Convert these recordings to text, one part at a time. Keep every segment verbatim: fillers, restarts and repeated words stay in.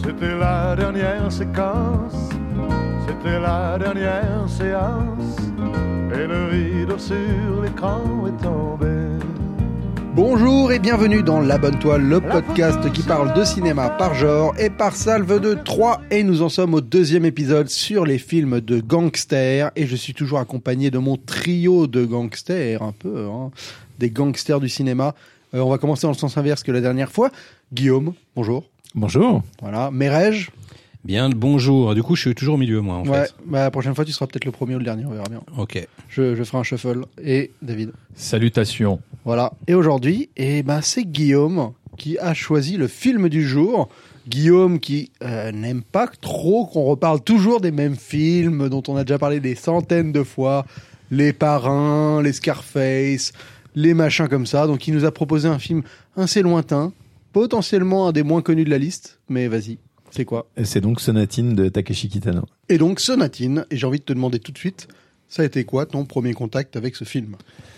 C'était la dernière séquence, c'était la dernière séance, et le rideau sur l'écran est tombé. Bonjour et bienvenue dans L'Abonne-toi, le podcast qui parle de cinéma par genre et par salve de trois. Et nous en sommes au deuxième épisode sur les films de gangsters. Et je suis toujours accompagné de mon trio de gangsters, un peu, hein, des gangsters du cinéma. Euh, on va commencer dans le sens inverse que la dernière fois. Guillaume, bonjour. Bonjour. Voilà, Mérège. Bien le bonjour. Du coup, je suis toujours au milieu, moi, en ouais, fait. Bah, la prochaine fois, tu seras peut-être le premier ou le dernier, on verra bien. Ok. Je, je ferai un shuffle. Et David. Salutations. Voilà. Et aujourd'hui, eh ben, c'est Guillaume qui a choisi le film du jour. Guillaume qui euh, n'aime pas trop qu'on reparle toujours des mêmes films dont on a déjà parlé des centaines de fois. Les Parrains, les Scarface, les machins comme ça. Donc, il nous a proposé un film assez lointain, potentiellement un des moins connus de la liste. Mais vas-y, c'est quoi ? Et c'est donc Sonatine de Takeshi Kitano. Et donc, Sonatine. Et j'ai envie de te demander tout de suite, ça a été quoi ton premier contact avec ce film ?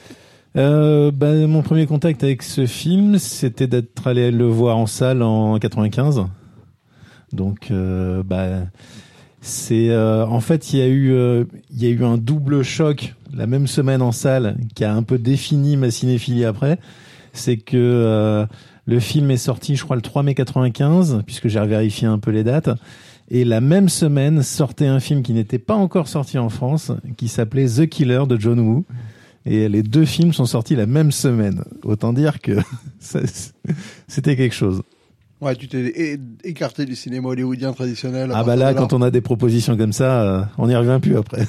Euh, bah, mon premier contact avec ce film, c'était d'être allé le voir en salle en quatre-vingt-quinze. Donc, euh, bah, c'est euh, en fait il y a eu euh, il y a eu un double choc la même semaine en salle qui a un peu défini ma cinéphilie après. C'est que euh, le film est sorti, je crois, le trois mai quatre-vingt-quinze, puisque j'ai vérifié un peu les dates. Et la même semaine sortait un film qui n'était pas encore sorti en France, qui s'appelait The Killer de John Woo. Et les deux films sont sortis la même semaine. Autant dire que ça, c'était quelque chose. Ouais, tu t'es écarté du cinéma hollywoodien traditionnel. Ah bah là, quand on a des propositions comme ça, euh, on n'y revient plus après.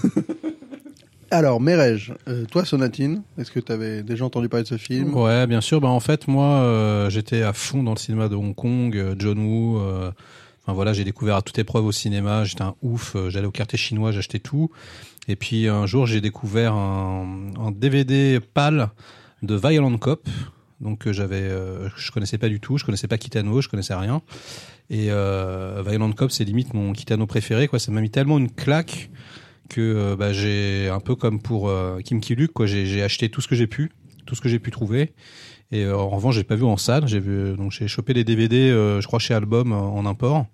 Alors, Mérège, euh, toi, Sonatine, est-ce que tu avais déjà entendu parler de ce film ? Ouais, bien sûr. Bah, en fait, moi, euh, j'étais à fond dans le cinéma de Hong Kong, euh, John Woo. Euh, enfin voilà, j'ai découvert à toute épreuve au cinéma. J'étais un ouf. Euh, j'allais au quartier chinois, j'achetais tout. Et puis un jour, j'ai découvert un, un D V D pâle de Violent Cop. Donc euh, j'avais, euh, je connaissais pas du tout. Je connaissais pas Kitano, je connaissais rien. Et euh, Violent Cop, c'est limite mon Kitano préféré, quoi. Ça m'a mis tellement une claque que euh, bah, j'ai un peu comme pour euh, Kim Ki-Luk, quoi. J'ai, j'ai acheté tout ce que j'ai pu, tout ce que j'ai pu trouver. Et euh, en revanche, j'ai pas vu en salle. J'ai vu, donc j'ai chopé les D V D, euh, je crois chez Album euh, en import.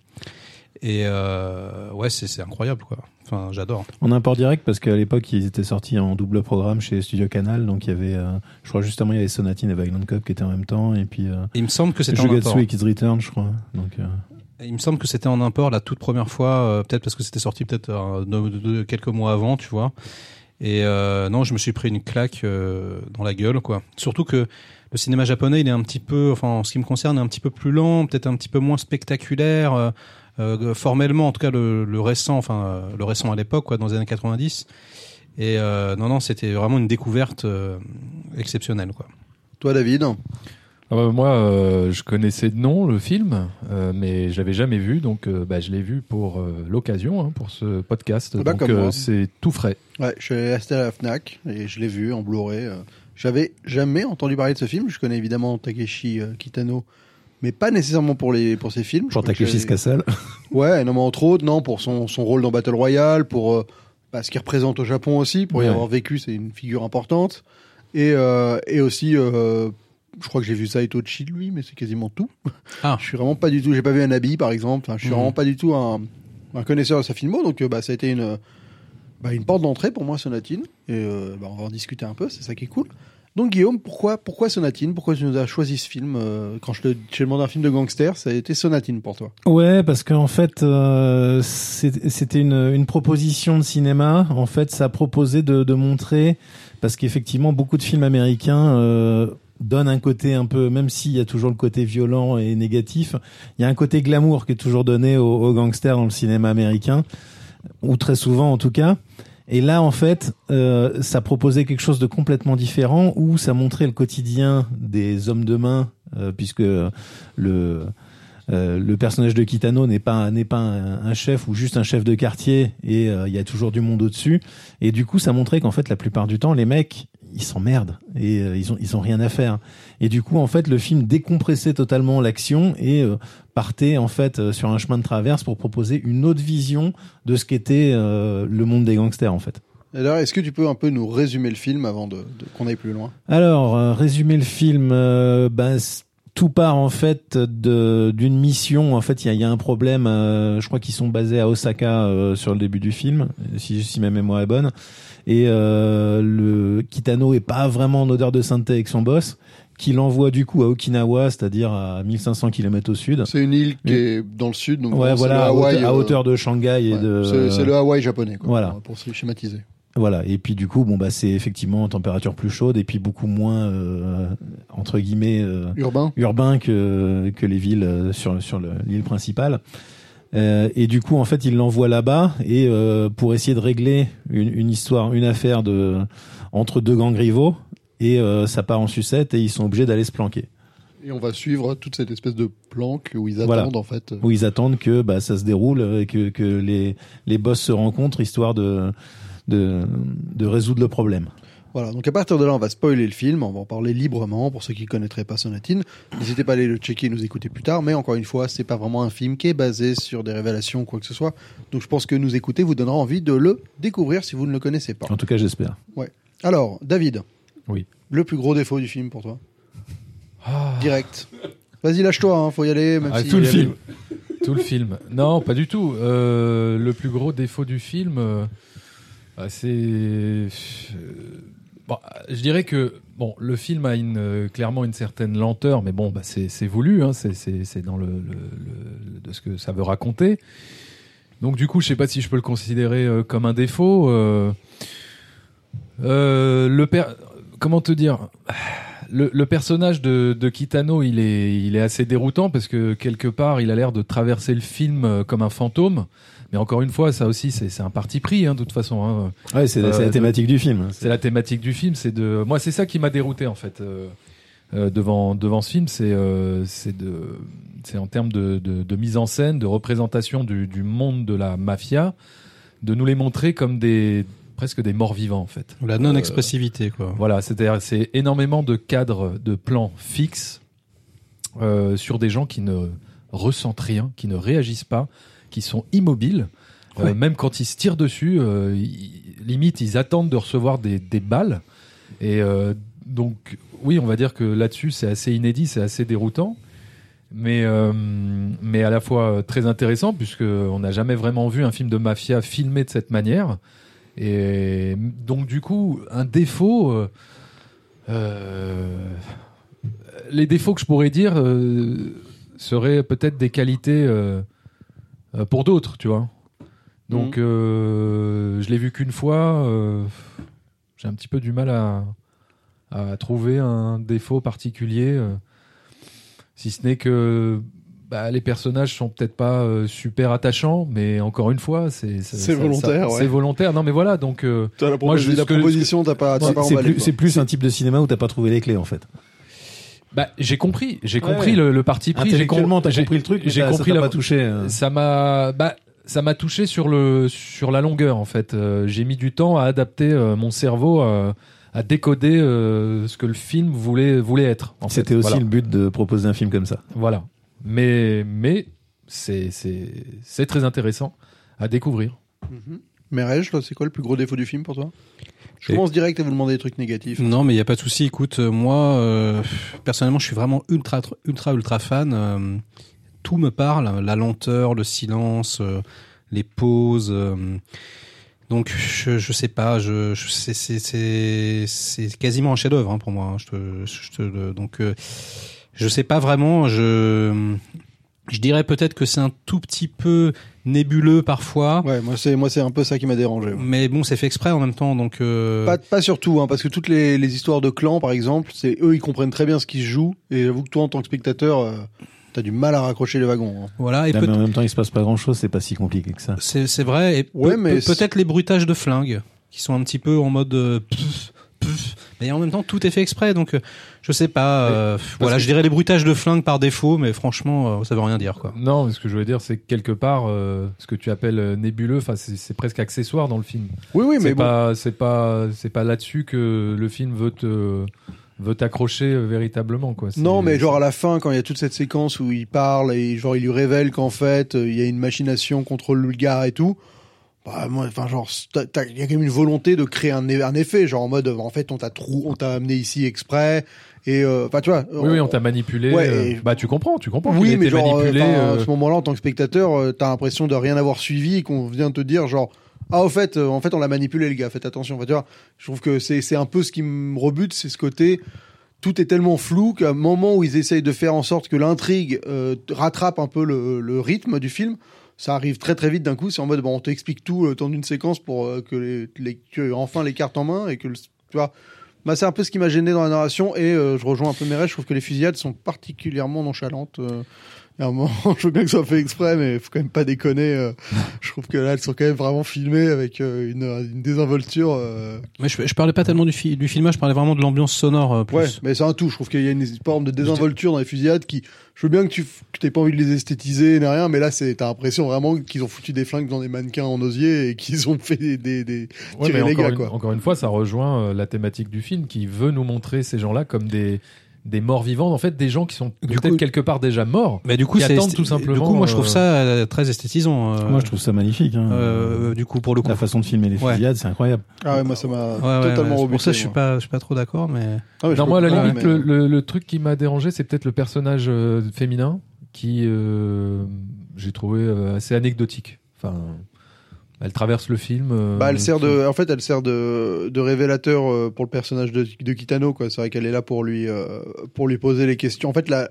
Et euh, ouais, c'est, c'est incroyable, quoi. Enfin, j'adore. En import direct, parce qu'à l'époque, ils étaient sortis en double programme chez Studio Canal. Donc, il y avait, euh, je crois, justement, il y avait Sonatine et Violent Cop qui étaient en même temps. Et puis, euh, il me semble que c'était en import. Jugetsu et Kids Return, je crois. Donc, euh... il me semble que c'était en import la toute première fois, euh, peut-être parce que c'était sorti peut-être euh, de, de, de, quelques mois avant, tu vois. Et euh, non, je me suis pris une claque euh, dans la gueule, quoi. Surtout que le cinéma japonais, il est un petit peu, enfin, en ce qui me concerne, est un petit peu plus lent, peut-être un petit peu moins spectaculaire. Euh, Euh, formellement, en tout cas le, le récent, enfin euh, le récent à l'époque, quoi, dans les années quatre-vingt-dix. Et euh, non, non, c'était vraiment une découverte euh, exceptionnelle, quoi. Toi, David ? Ah bah, moi, euh, je connaissais de nom le film, euh, mais je l'avais jamais vu, donc euh, bah, je l'ai vu pour euh, l'occasion, hein, pour ce podcast. Ah bah, donc euh, moi. C'est tout frais. Ouais, je suis resté à la Fnac et je l'ai vu en Blu-ray. Euh, j'avais jamais entendu parler de ce film. Je connais évidemment Takeshi euh, Kitano, mais pas nécessairement pour les pour ses films. Pour Takeshi's Castle. Ouais, non, mais entre autres, non, pour son son rôle dans Battle Royale, pour euh, bah, ce qu'il représente au Japon aussi, pour y ouais. avoir vécu, c'est une figure importante. Et euh, et aussi, euh, je crois que j'ai vu Saito Chi, lui, mais c'est quasiment tout. Ah. Je suis vraiment pas du tout. J'ai pas vu Anabi, par exemple. Enfin, je suis mmh. vraiment pas du tout un un connaisseur de sa filmo, donc euh, bah ça a été une bah, une porte d'entrée pour moi, Sonatine. Et euh, bah, on va en discuter un peu. C'est ça qui est cool. Donc Guillaume, pourquoi, pourquoi Sonatine ? Pourquoi tu nous as choisi ce film ? euh, Quand je te, je te demande un film de gangster, ça a été Sonatine pour toi. Ouais, parce qu'en fait, euh, c'est, c'était une, une proposition de cinéma. En fait, ça proposait de, de montrer, parce qu'effectivement, beaucoup de films américains euh, donnent un côté un peu, même s'il y a toujours le côté violent et négatif, il y a un côté glamour qui est toujours donné aux, aux gangsters dans le cinéma américain, ou très souvent en tout cas. Et là, en fait, euh, ça proposait quelque chose de complètement différent, où ça montrait le quotidien des hommes de main, euh, puisque le euh, le personnage de Kitano n'est pas n'est pas un, un chef ou juste un chef de quartier, et il euh, y a toujours du monde au-dessus. Et du coup, ça montrait qu'en fait, la plupart du temps, les mecs, ils s'emmerdent et euh, ils ont ils ont rien à faire. Et du coup, en fait, le film décompressait totalement l'action et euh, partait en fait euh, sur un chemin de traverse pour proposer une autre vision de ce qu'était euh, le monde des gangsters, en fait. Alors, est-ce que tu peux un peu nous résumer le film avant de, de qu'on aille plus loin ? Alors, euh, résumer le film, euh, ben tout part en fait de d'une mission. En fait, il y a, y a un problème. Euh, je crois qu'ils sont basés à Osaka euh, sur le début du film, si, si ma mémoire est bonne. Et euh, le Kitano est pas vraiment en odeur de sainteté avec son boss, qui l'envoie du coup à Okinawa, c'est-à-dire à mille cinq cents kilomètres au sud. C'est une île qui est dans le sud, donc ouais, bon, voilà, c'est le à, Hawaï, hauteur, à euh, hauteur de Shanghai et ouais, de. C'est, c'est le Hawaï japonais, quoi, voilà. pour, pour se schématiser. Voilà, et puis du coup, bon bah c'est effectivement température plus chaude et puis beaucoup moins euh, entre guillemets euh, urbain, urbain que que les villes euh, sur sur le, l'île principale. Euh, et du coup, en fait, il l'envoie là-bas et euh, pour essayer de régler une, une histoire, une affaire de entre deux gangs rivaux et euh, ça part en sucette et ils sont obligés d'aller se planquer. Et on va suivre toute cette espèce de planque où ils attendent voilà. en fait. Où ils attendent que bah ça se déroule et que que les les boss se rencontrent histoire de De, de résoudre le problème. Voilà, donc à partir de là, on va spoiler le film, on va en parler librement pour ceux qui ne connaîtraient pas Sonatine. N'hésitez pas à aller le checker et nous écouter plus tard, mais encore une fois, c'est pas vraiment un film qui est basé sur des révélations ou quoi que ce soit. Donc je pense que nous écouter vous donnera envie de le découvrir si vous ne le connaissez pas. En tout cas, j'espère. Ouais. Alors, David. Oui. Le plus gros défaut du film pour toi Ah. Direct. Vas-y, lâche-toi, hein, faut y aller. Même Ah, si tout le y a- film. Tout le film. Non, pas du tout. Euh, le plus gros défaut du film, euh, ah, c'est. euh, bon, je dirais que bon, le film a une, euh, clairement une certaine lenteur, mais bon, bah, c'est, c'est voulu, hein, c'est, c'est, c'est dans le, le, le- de ce que ça veut raconter. Donc du coup, je sais pas si je peux le considérer euh, comme un défaut. Euh, euh, le per... Comment te dire le, le personnage de, de Kitano, il est, il est assez déroutant parce que quelque part, il a l'air de traverser le film euh, comme un fantôme. Mais encore une fois, ça aussi, c'est, c'est un parti pris, hein, de toute façon. Hein. Ouais, c'est, Euh, c'est la de- thématique du film. C'est la thématique du film. C'est de, moi, c'est ça qui m'a dérouté en fait euh, euh, devant devant ce film. C'est euh, c'est de, c'est en termes de, de, de mise en scène, de représentation du, du monde de la mafia, de nous les montrer comme des presque des morts vivants en fait. La non-expressivité, quoi. Voilà, c'est-à-dire c'est énormément de cadres, de plans fixes euh, sur des gens qui ne ressentent rien, qui ne réagissent pas, qui sont immobiles. Euh, Ouais. même quand ils se tirent dessus, euh, ils- limite ils attendent de recevoir des, des balles. Et euh, donc oui, on va dire que là-dessus c'est assez inédit, c'est assez déroutant, mais euh, mais à la fois très intéressant puisque on n'a jamais vraiment vu un film de mafia filmé de cette manière. Et donc du coup, un défaut, euh, euh, les défauts que je pourrais dire euh, seraient peut-être des qualités euh, euh, pour d'autres, tu vois. Donc Mhm. euh, je l'ai vu qu'une fois, euh, j'ai un petit peu du mal à, à trouver un défaut particulier, euh, si ce n'est que bah, les personnages sont peut-être pas euh, super attachants, mais encore une fois, c'est c'est, C'est ça- volontaire, ça- ouais. C'est volontaire. Non, mais voilà. Donc, euh, Toi, la, Moi, je- proposi- la ce que- proposition, t'as pas, t'as C'est, pas c'est emballé, plus, quoi. c'est plus un type de cinéma où t'as pas trouvé les clés en fait. bah, j'ai compris. J'ai Ouais, compris ouais. le, le parti pris. J'ai Intellectuellement, com- t'as j'ai- compris le truc, mais J'ai t'as- ça compris t'a la. pas touché. euh. Ça m'a, bah, ça m'a touché sur le sur la longueur en fait. Euh, j'ai mis du temps à adapter euh, mon cerveau à, à décoder euh, ce que le film voulait voulait être. En C'était fait. aussi Voilà. le but de proposer un film comme ça. Voilà. Mais mais c'est c'est c'est très intéressant à découvrir. Mhm. Merej, là, c'est quoi le plus gros défaut du film pour toi? Je Et- commence direct à vous demander des trucs négatifs. Non, mais il y a pas de souci. Écoute, euh, moi, euh, personnellement, je suis vraiment ultra, ultra, ultra fan. Euh, tout me parle, la lenteur, le silence, euh, les pauses. euh, donc, je, je sais pas. Je, je c'est, c'est, c'est, c'est quasiment un chef-d'œuvre hein, pour moi. hein, je te, je te, le- donc, euh, je sais pas vraiment. Je, je dirais peut-être que c'est un tout petit peu nébuleux parfois. Ouais, moi c'est moi c'est un peu ça qui m'a dérangé. ouais. Mais bon, c'est fait exprès en même temps, donc. Euh... Pas, pas surtout, hein, parce que toutes les, les histoires de clans, par exemple, c'est eux, ils comprennent très bien ce qui se joue, et j'avoue que toi, en tant que spectateur, euh, t'as du mal à raccrocher les wagons. hein. Voilà. Et Là, peut- mais en même temps, il se passe pas grand chose, c'est pas si compliqué que ça. C'est, c'est vrai. Et Ouais, peut- mais peut- peut-être les bruitages de flingues qui sont un petit peu en mode euh, pff, pff. Mais en même temps, tout est fait exprès. Donc, euh, je sais pas. euh, voilà, que- je dirais les bruitages de flingues par défaut, mais franchement, euh, ça veut rien dire, quoi. Non, mais ce que je veux dire, c'est que quelque part, euh, ce que tu appelles euh, nébuleux, enfin, c'est, c'est presque accessoire dans le film. Oui, oui, mais c'est bon. pas, c'est pas, c'est pas là-dessus que le film veut te, veut t'accrocher euh, véritablement, quoi. C'est- Non, mais genre à la fin, quand il y a toute cette séquence où il parle et genre il lui révèle qu'en fait, euh, il y a une machination contre le gars et tout. bah moi, enfin genre, t'as- t'as- il y a quand même une volonté de créer un, un effet, genre en mode, en fait, on t'a trou, on t'a amené ici exprès, et euh, enfin tu vois. Oui, oui, on t'a manipulé. Ouais, euh, et- Bah, tu comprends, tu comprends. Oui, qu'il a mais été genre, euh, manipulé. enfin, euh, à ce moment-là, en tant que spectateur, euh, t'as l'impression de rien avoir suivi et qu'on vient te dire genre, ah au fait, euh, en fait, on l'a manipulé le gars, faites attention. Enfin, tu vois, je trouve que c'est c'est un peu ce qui me rebute, c'est ce côté. Tout est tellement flou qu'à un moment où ils essayent de faire en sorte que l'intrigue euh, rattrape un peu le, le rythme du film, ça arrive très très vite d'un coup. C'est en mode bon, on t'explique tout le temps d'une séquence pour euh, que les, les tu aies enfin les cartes en main et que le, tu vois. Bah, c'est un peu ce qui m'a gêné dans la narration et euh, je rejoins un peu Mireille. Je trouve que les fusillades sont particulièrement nonchalantes. Euh, il y a un moment, je veux bien que ça soit fait exprès, mais faut quand même pas déconner. Euh, je trouve que là, elles sont quand même vraiment filmées avec euh, une, une désinvolture. Euh, Mais je, je parlais pas tellement du, fi- du filmage, je parlais vraiment de l'ambiance sonore euh, plus. Ouais, mais c'est un tout. Je trouve qu'il y a une forme de désinvolture dans les fusillades qui, je veux bien que tu que t'aies pas envie de les esthétiser ni rien, mais là, c'est, t'as l'impression vraiment qu'ils ont foutu des flingues dans des mannequins en osier et qu'ils ont fait des, des, des Ouais, tirer mais les encore, gars, une, quoi. encore une fois, ça rejoint euh, la thématique du film qui veut nous montrer ces gens-là comme des, des morts vivants, en fait, des gens qui sont Du peut-être coup- quelque part déjà morts. Mais du coup, Qui c'est attendent tout simplement, Du coup, moi, je trouve euh, ça euh, très esthétisant. euh, Moi, je trouve ça magnifique. Hein. euh, du coup, pour le coup. La façon de filmer les Ouais. fusillades, c'est incroyable. Ah ouais, moi, ça m'a Ouais, ouais, totalement ouais, rebuté. pour ça, je suis moi. pas, je suis pas trop d'accord, mais. Ah ouais, je Non, peux moi, à la comprendre, limite, mais- le, le, le truc qui m'a dérangé, c'est peut-être le personnage euh, féminin qui, euh, j'ai trouvé euh, assez anecdotique. Enfin, elle traverse le film. euh, Bah, elle sert qui- de, en fait, elle sert de, de révélateur euh, pour le personnage de, de Kitano, quoi. C'est vrai qu'elle est là pour lui, euh, pour lui poser les questions. En fait, la,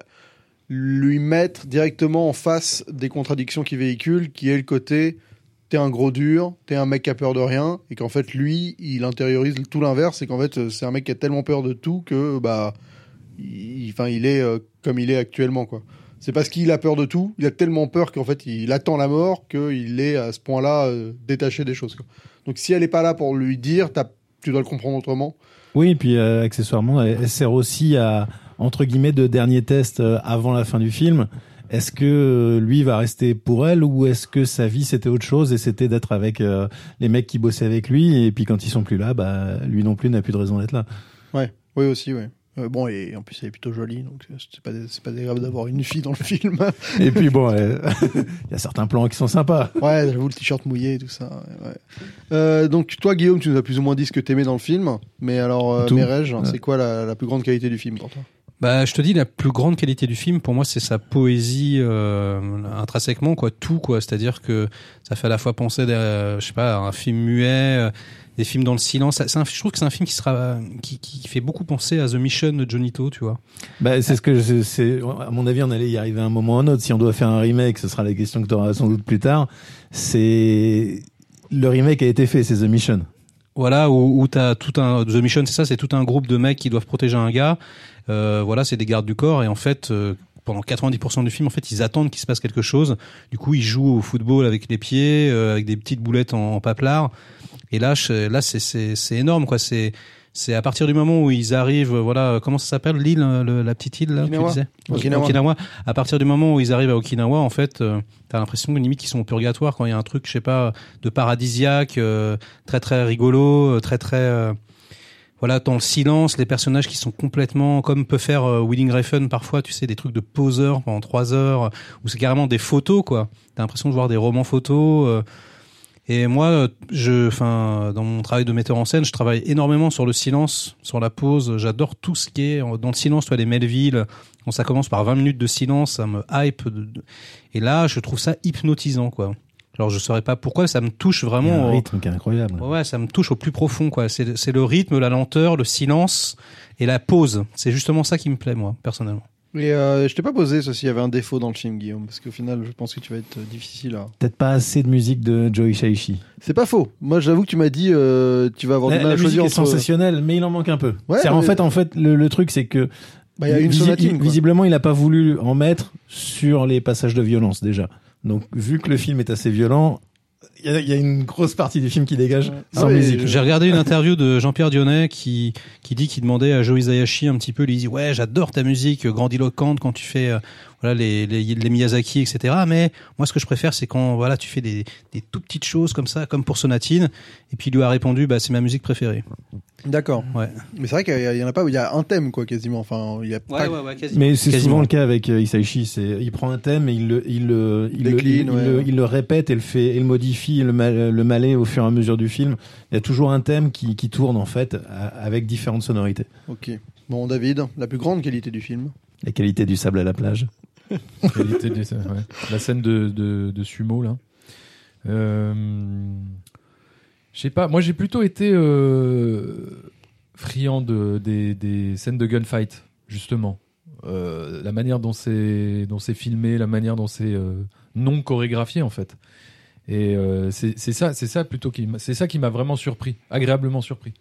lui mettre directement en face des contradictions qu'il véhicule, qui est le côté, t'es un gros dur, t'es un mec qui a peur de rien, et qu'en fait, lui, il intériorise tout l'inverse, c'est qu'en fait, c'est un mec qui a tellement peur de tout que, bah, il, enfin, il est euh, comme il est actuellement, quoi. C'est parce qu'il a peur de tout, il a tellement peur qu'en fait, il attend la mort qu'il est à ce point-là euh, détaché des choses, quoi. Donc, si elle est pas là pour lui dire, t'as- tu dois le comprendre autrement. Oui, et puis euh, accessoirement, elle, elle sert aussi à, entre guillemets, de dernier test euh, avant la fin du film. Est-ce que euh, lui va rester pour elle ou est-ce que sa vie c'était autre chose et c'était d'être avec euh, les mecs qui bossaient avec lui et puis quand ils sont plus là, bah lui non plus n'a plus de raison d'être là. Ouais, oui aussi, ouais. Euh, bon, et en plus, elle est plutôt jolie, donc euh, c'est pas, c'est pas désagréable d'avoir une fille dans le film. Et puis bon, euh, il y a certains plans qui sont sympas. Ouais, j'avoue, le t-shirt mouillé et tout ça. Ouais, ouais. Euh, donc, toi, Guillaume, tu nous as plus ou moins dit ce que t'aimais dans le film. Mais alors, euh, Tout. Mireille, Ouais. c'est quoi la, la plus grande qualité du film pour toi? Bah, je te dis, la plus grande qualité du film, pour moi, c'est sa poésie euh, intrinsèquement, quoi, tout, quoi. C'est-à-dire que ça fait à la fois penser, à, je sais pas, à un film muet, euh, des films dans le silence. C'est un, je trouve que c'est un film qui sera, qui, qui fait beaucoup penser à The Mission de Johnny To, tu vois. Bah, c'est ce que je, c'est, à mon avis, on allait y arriver à un moment ou un autre. Si on doit faire un remake, ce sera la question que tu auras sans doute plus tard. C'est, le remake a été fait, c'est The Mission. Voilà, où, où t'as tout un The Mission, c'est ça, c'est tout un groupe de mecs qui doivent protéger un gars. Euh, voilà, c'est des gardes du corps et en fait, euh, pendant quatre-vingt-dix pour cent du film, en fait, ils attendent qu'il se passe quelque chose. Du coup, ils jouent au football avec les pieds, euh, avec des petites boulettes en, en paplard. Et là, je, là, c'est c'est c'est énorme, quoi. C'est c'est à partir du moment où ils arrivent, voilà, comment ça s'appelle l'île, le, la petite île là, Okinawa. tu disais Okinawa. Okinawa. À partir du moment où ils arrivent à Okinawa, en fait, euh, t'as l'impression que limite qu'ils sont au purgatoire quand il y a un truc, je sais pas, de paradisiaque, euh, très très rigolo, euh, très très euh, voilà, dans le silence, les personnages qui sont complètement, comme peut faire euh, Willing Refn parfois, tu sais, des trucs de poseurs pendant trois heures, euh, où c'est carrément des photos, quoi. T'as l'impression de voir des romans photos. Euh, et moi, je, enfin, dans mon travail de metteur en scène, je travaille énormément sur le silence, sur la pause. J'adore tout ce qui est dans le silence. Tu vois, les Melville, quand ça commence par vingt minutes de silence, ça me hype. De, de... Et là, je trouve ça hypnotisant, quoi. Alors, je saurais pas pourquoi, ça me touche Il y a vraiment. un au... rythme qui est incroyable. Ouais, ouais, ça me touche au plus profond, quoi. C'est, c'est le rythme, la lenteur, le silence et la pause. C'est justement ça qui me plaît, moi, personnellement. Et euh, je t'ai pas posé ça s'il y avait un défaut dans le film, Guillaume, parce qu'au final, je pense que tu vas être euh, difficile à... Peut-être pas assez de musique de Joe Hisaishi. C'est pas faux. Moi, j'avoue que tu m'as dit, euh, tu vas avoir La, du mal la à musique choisir est entre... sensationnelle, mais il en manque un peu. Ouais, C'est en mais- fait, en fait, le, le truc, c'est que Bah, il y a une visi- sonatine, quoi. visiblement, il a pas voulu en mettre sur les passages de violence déjà. Donc, vu que le film est assez violent, il y a, il y a une grosse partie du film qui dégage sans Ah oui, musique. J'ai regardé une interview de Jean-Pierre Dionnet qui qui dit qu'il demandait à Joe Hisaishi un petit peu, il dit ouais, j'adore ta musique grandiloquente quand tu fais euh, voilà les, les les Miyazaki, et cetera. Mais moi, ce que je préfère, c'est quand voilà, tu fais des des tout petites choses comme ça, comme pour Sonatine. Et puis il lui a répondu, bah c'est ma musique préférée. D'accord. Ouais. Mais c'est vrai qu'il y, a- il y en a pas où il y a un thème quoi quasiment. Enfin, il y a pas. ouais, quasiment. Mais c'est Quasiment. souvent le cas avec euh, Hisaishi. C'est, il prend un thème et il le, il le, il, le, Décline, il, ouais. le, il le répète et le fait, et le modifie, et le, mal, le malais au fur et à mesure du film. Il y a toujours un thème qui, qui tourne en fait à- avec différentes sonorités. Ok. Bon, David, la plus grande qualité du film. La qualité du sable à la plage. Qualité des- ouais. La scène de, de, de sumo là. Euh, je sais pas. Moi, j'ai plutôt été euh, friand de, des, des scènes de gunfight, justement. Euh, la manière dont c'est dont c'est filmé, la manière dont c'est euh, non chorégraphié en fait. Et euh, c'est c'est ça, c'est ça plutôt qui m'a- c'est ça qui m'a vraiment surpris, agréablement surpris.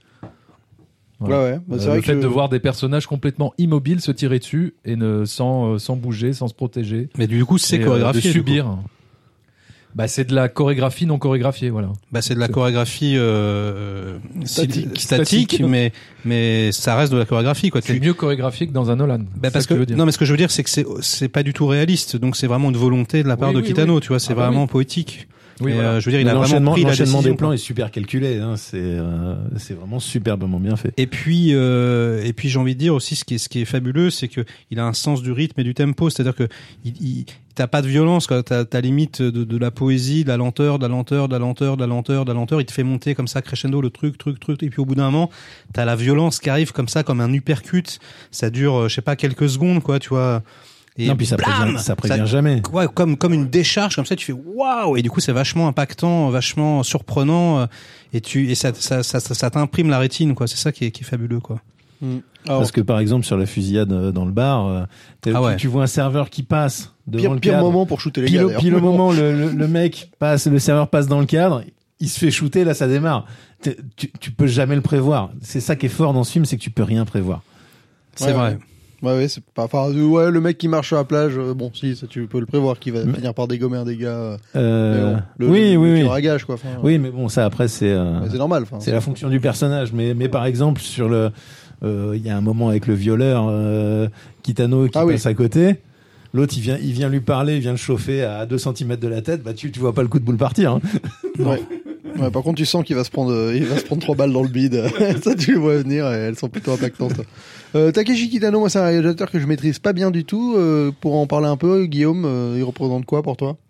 Voilà. Ouais, ouais. Bah, c'est Euh, vrai le fait que de voir des personnages complètement immobiles se tirer dessus et ne sans euh, sans bouger, sans se protéger. Mais du coup, c'est Et, euh, chorégraphié. de du coup. subir. Bah, c'est de la chorégraphie non chorégraphiée, voilà. Bah, c'est de la C'est- chorégraphie euh, Statique. statique, statique, mais mais ça reste de la chorégraphie, quoi. C'est Tu, mieux chorégraphié que dans un Nolan. bah, C'est parce ça que tu que veux dire. non, mais ce que je veux dire, c'est que c'est c'est pas du tout réaliste. Donc c'est vraiment une volonté de la part Oui, de oui, Kitano, oui. tu vois. C'est Ah bah vraiment poétique. Oui, Et, voilà. euh, je veux dire, il a vraiment l'enchaînement, pris la l'enchaînement décision. des plans est super calculé. Hein. C'est, euh, c'est vraiment superbement bien fait. Et puis, euh, et puis j'ai envie de dire aussi ce qui est, ce qui est fabuleux, c'est que il a un sens du rythme et du tempo, c'est-à-dire que il, il t'as pas de violence, quoi. T'as, t'as limite de, de la poésie, de la lenteur, de la lenteur, de la lenteur, de la lenteur, de la lenteur. Il te fait monter comme ça crescendo le truc, truc, truc, et puis au bout d'un moment, t'as la violence qui arrive comme ça, comme un uppercut. Ça dure, euh, je sais pas, quelques secondes, quoi, tu vois. Et non, puis ça blam, prévient, ça prévient jamais. Ouais, comme comme une décharge comme ça, tu fais waouh, et du coup c'est vachement impactant, vachement surprenant, euh, et tu et ça ça ça ça, ça t'imprime la rétine, quoi. C'est ça qui est qui est fabuleux, quoi. Mm. Alors, Parce que par exemple sur la fusillade euh, dans le bar, euh, t'as- Ah ouais. tu, tu vois un serveur qui passe devant pire, le pire cadre. moment pour shooter les Pile, gars. au- d'ailleurs. pile au moment le, le, le mec passe, le serveur passe dans le cadre, il se fait shooter, là ça démarre. T'es- Tu, tu peux jamais le prévoir. C'est ça qui est fort dans ce film, c'est que tu peux rien prévoir. C'est Ouais, vrai. ouais. Ouais, ouais, c'est pas. Enfin, euh, ouais, le mec qui marche sur la plage, euh, bon, si, ça tu peux le prévoir, qu'il va Mais- finir par dégommer un dégât. euh, Euh, mais bon, le, oui, le, oui, le oui. tueur à gage, quoi. Enfin, Oui, mais bon, ça après c'est. euh, ouais, c'est normal. Enfin, C'est la fonction du personnage, mais mais par exemple sur le, euh, il y a un moment avec le violeur euh, Kitano qui Ah oui. passe à côté. L'autre il vient il vient lui parler, il vient le chauffer à deux centimètres de la tête. Bah tu tu vois pas le coup de boule partir. Hein. Ouais. Ouais, par contre, tu sens qu'il va se prendre, euh, il va se prendre trois balles dans le bide. Ça, tu le vois venir et elles sont plutôt impactantes. Euh, Takeshi Kitano, moi, c'est un réalisateur que je maîtrise pas bien du tout. Euh, pour en parler un peu, Guillaume, euh, il représente quoi pour toi?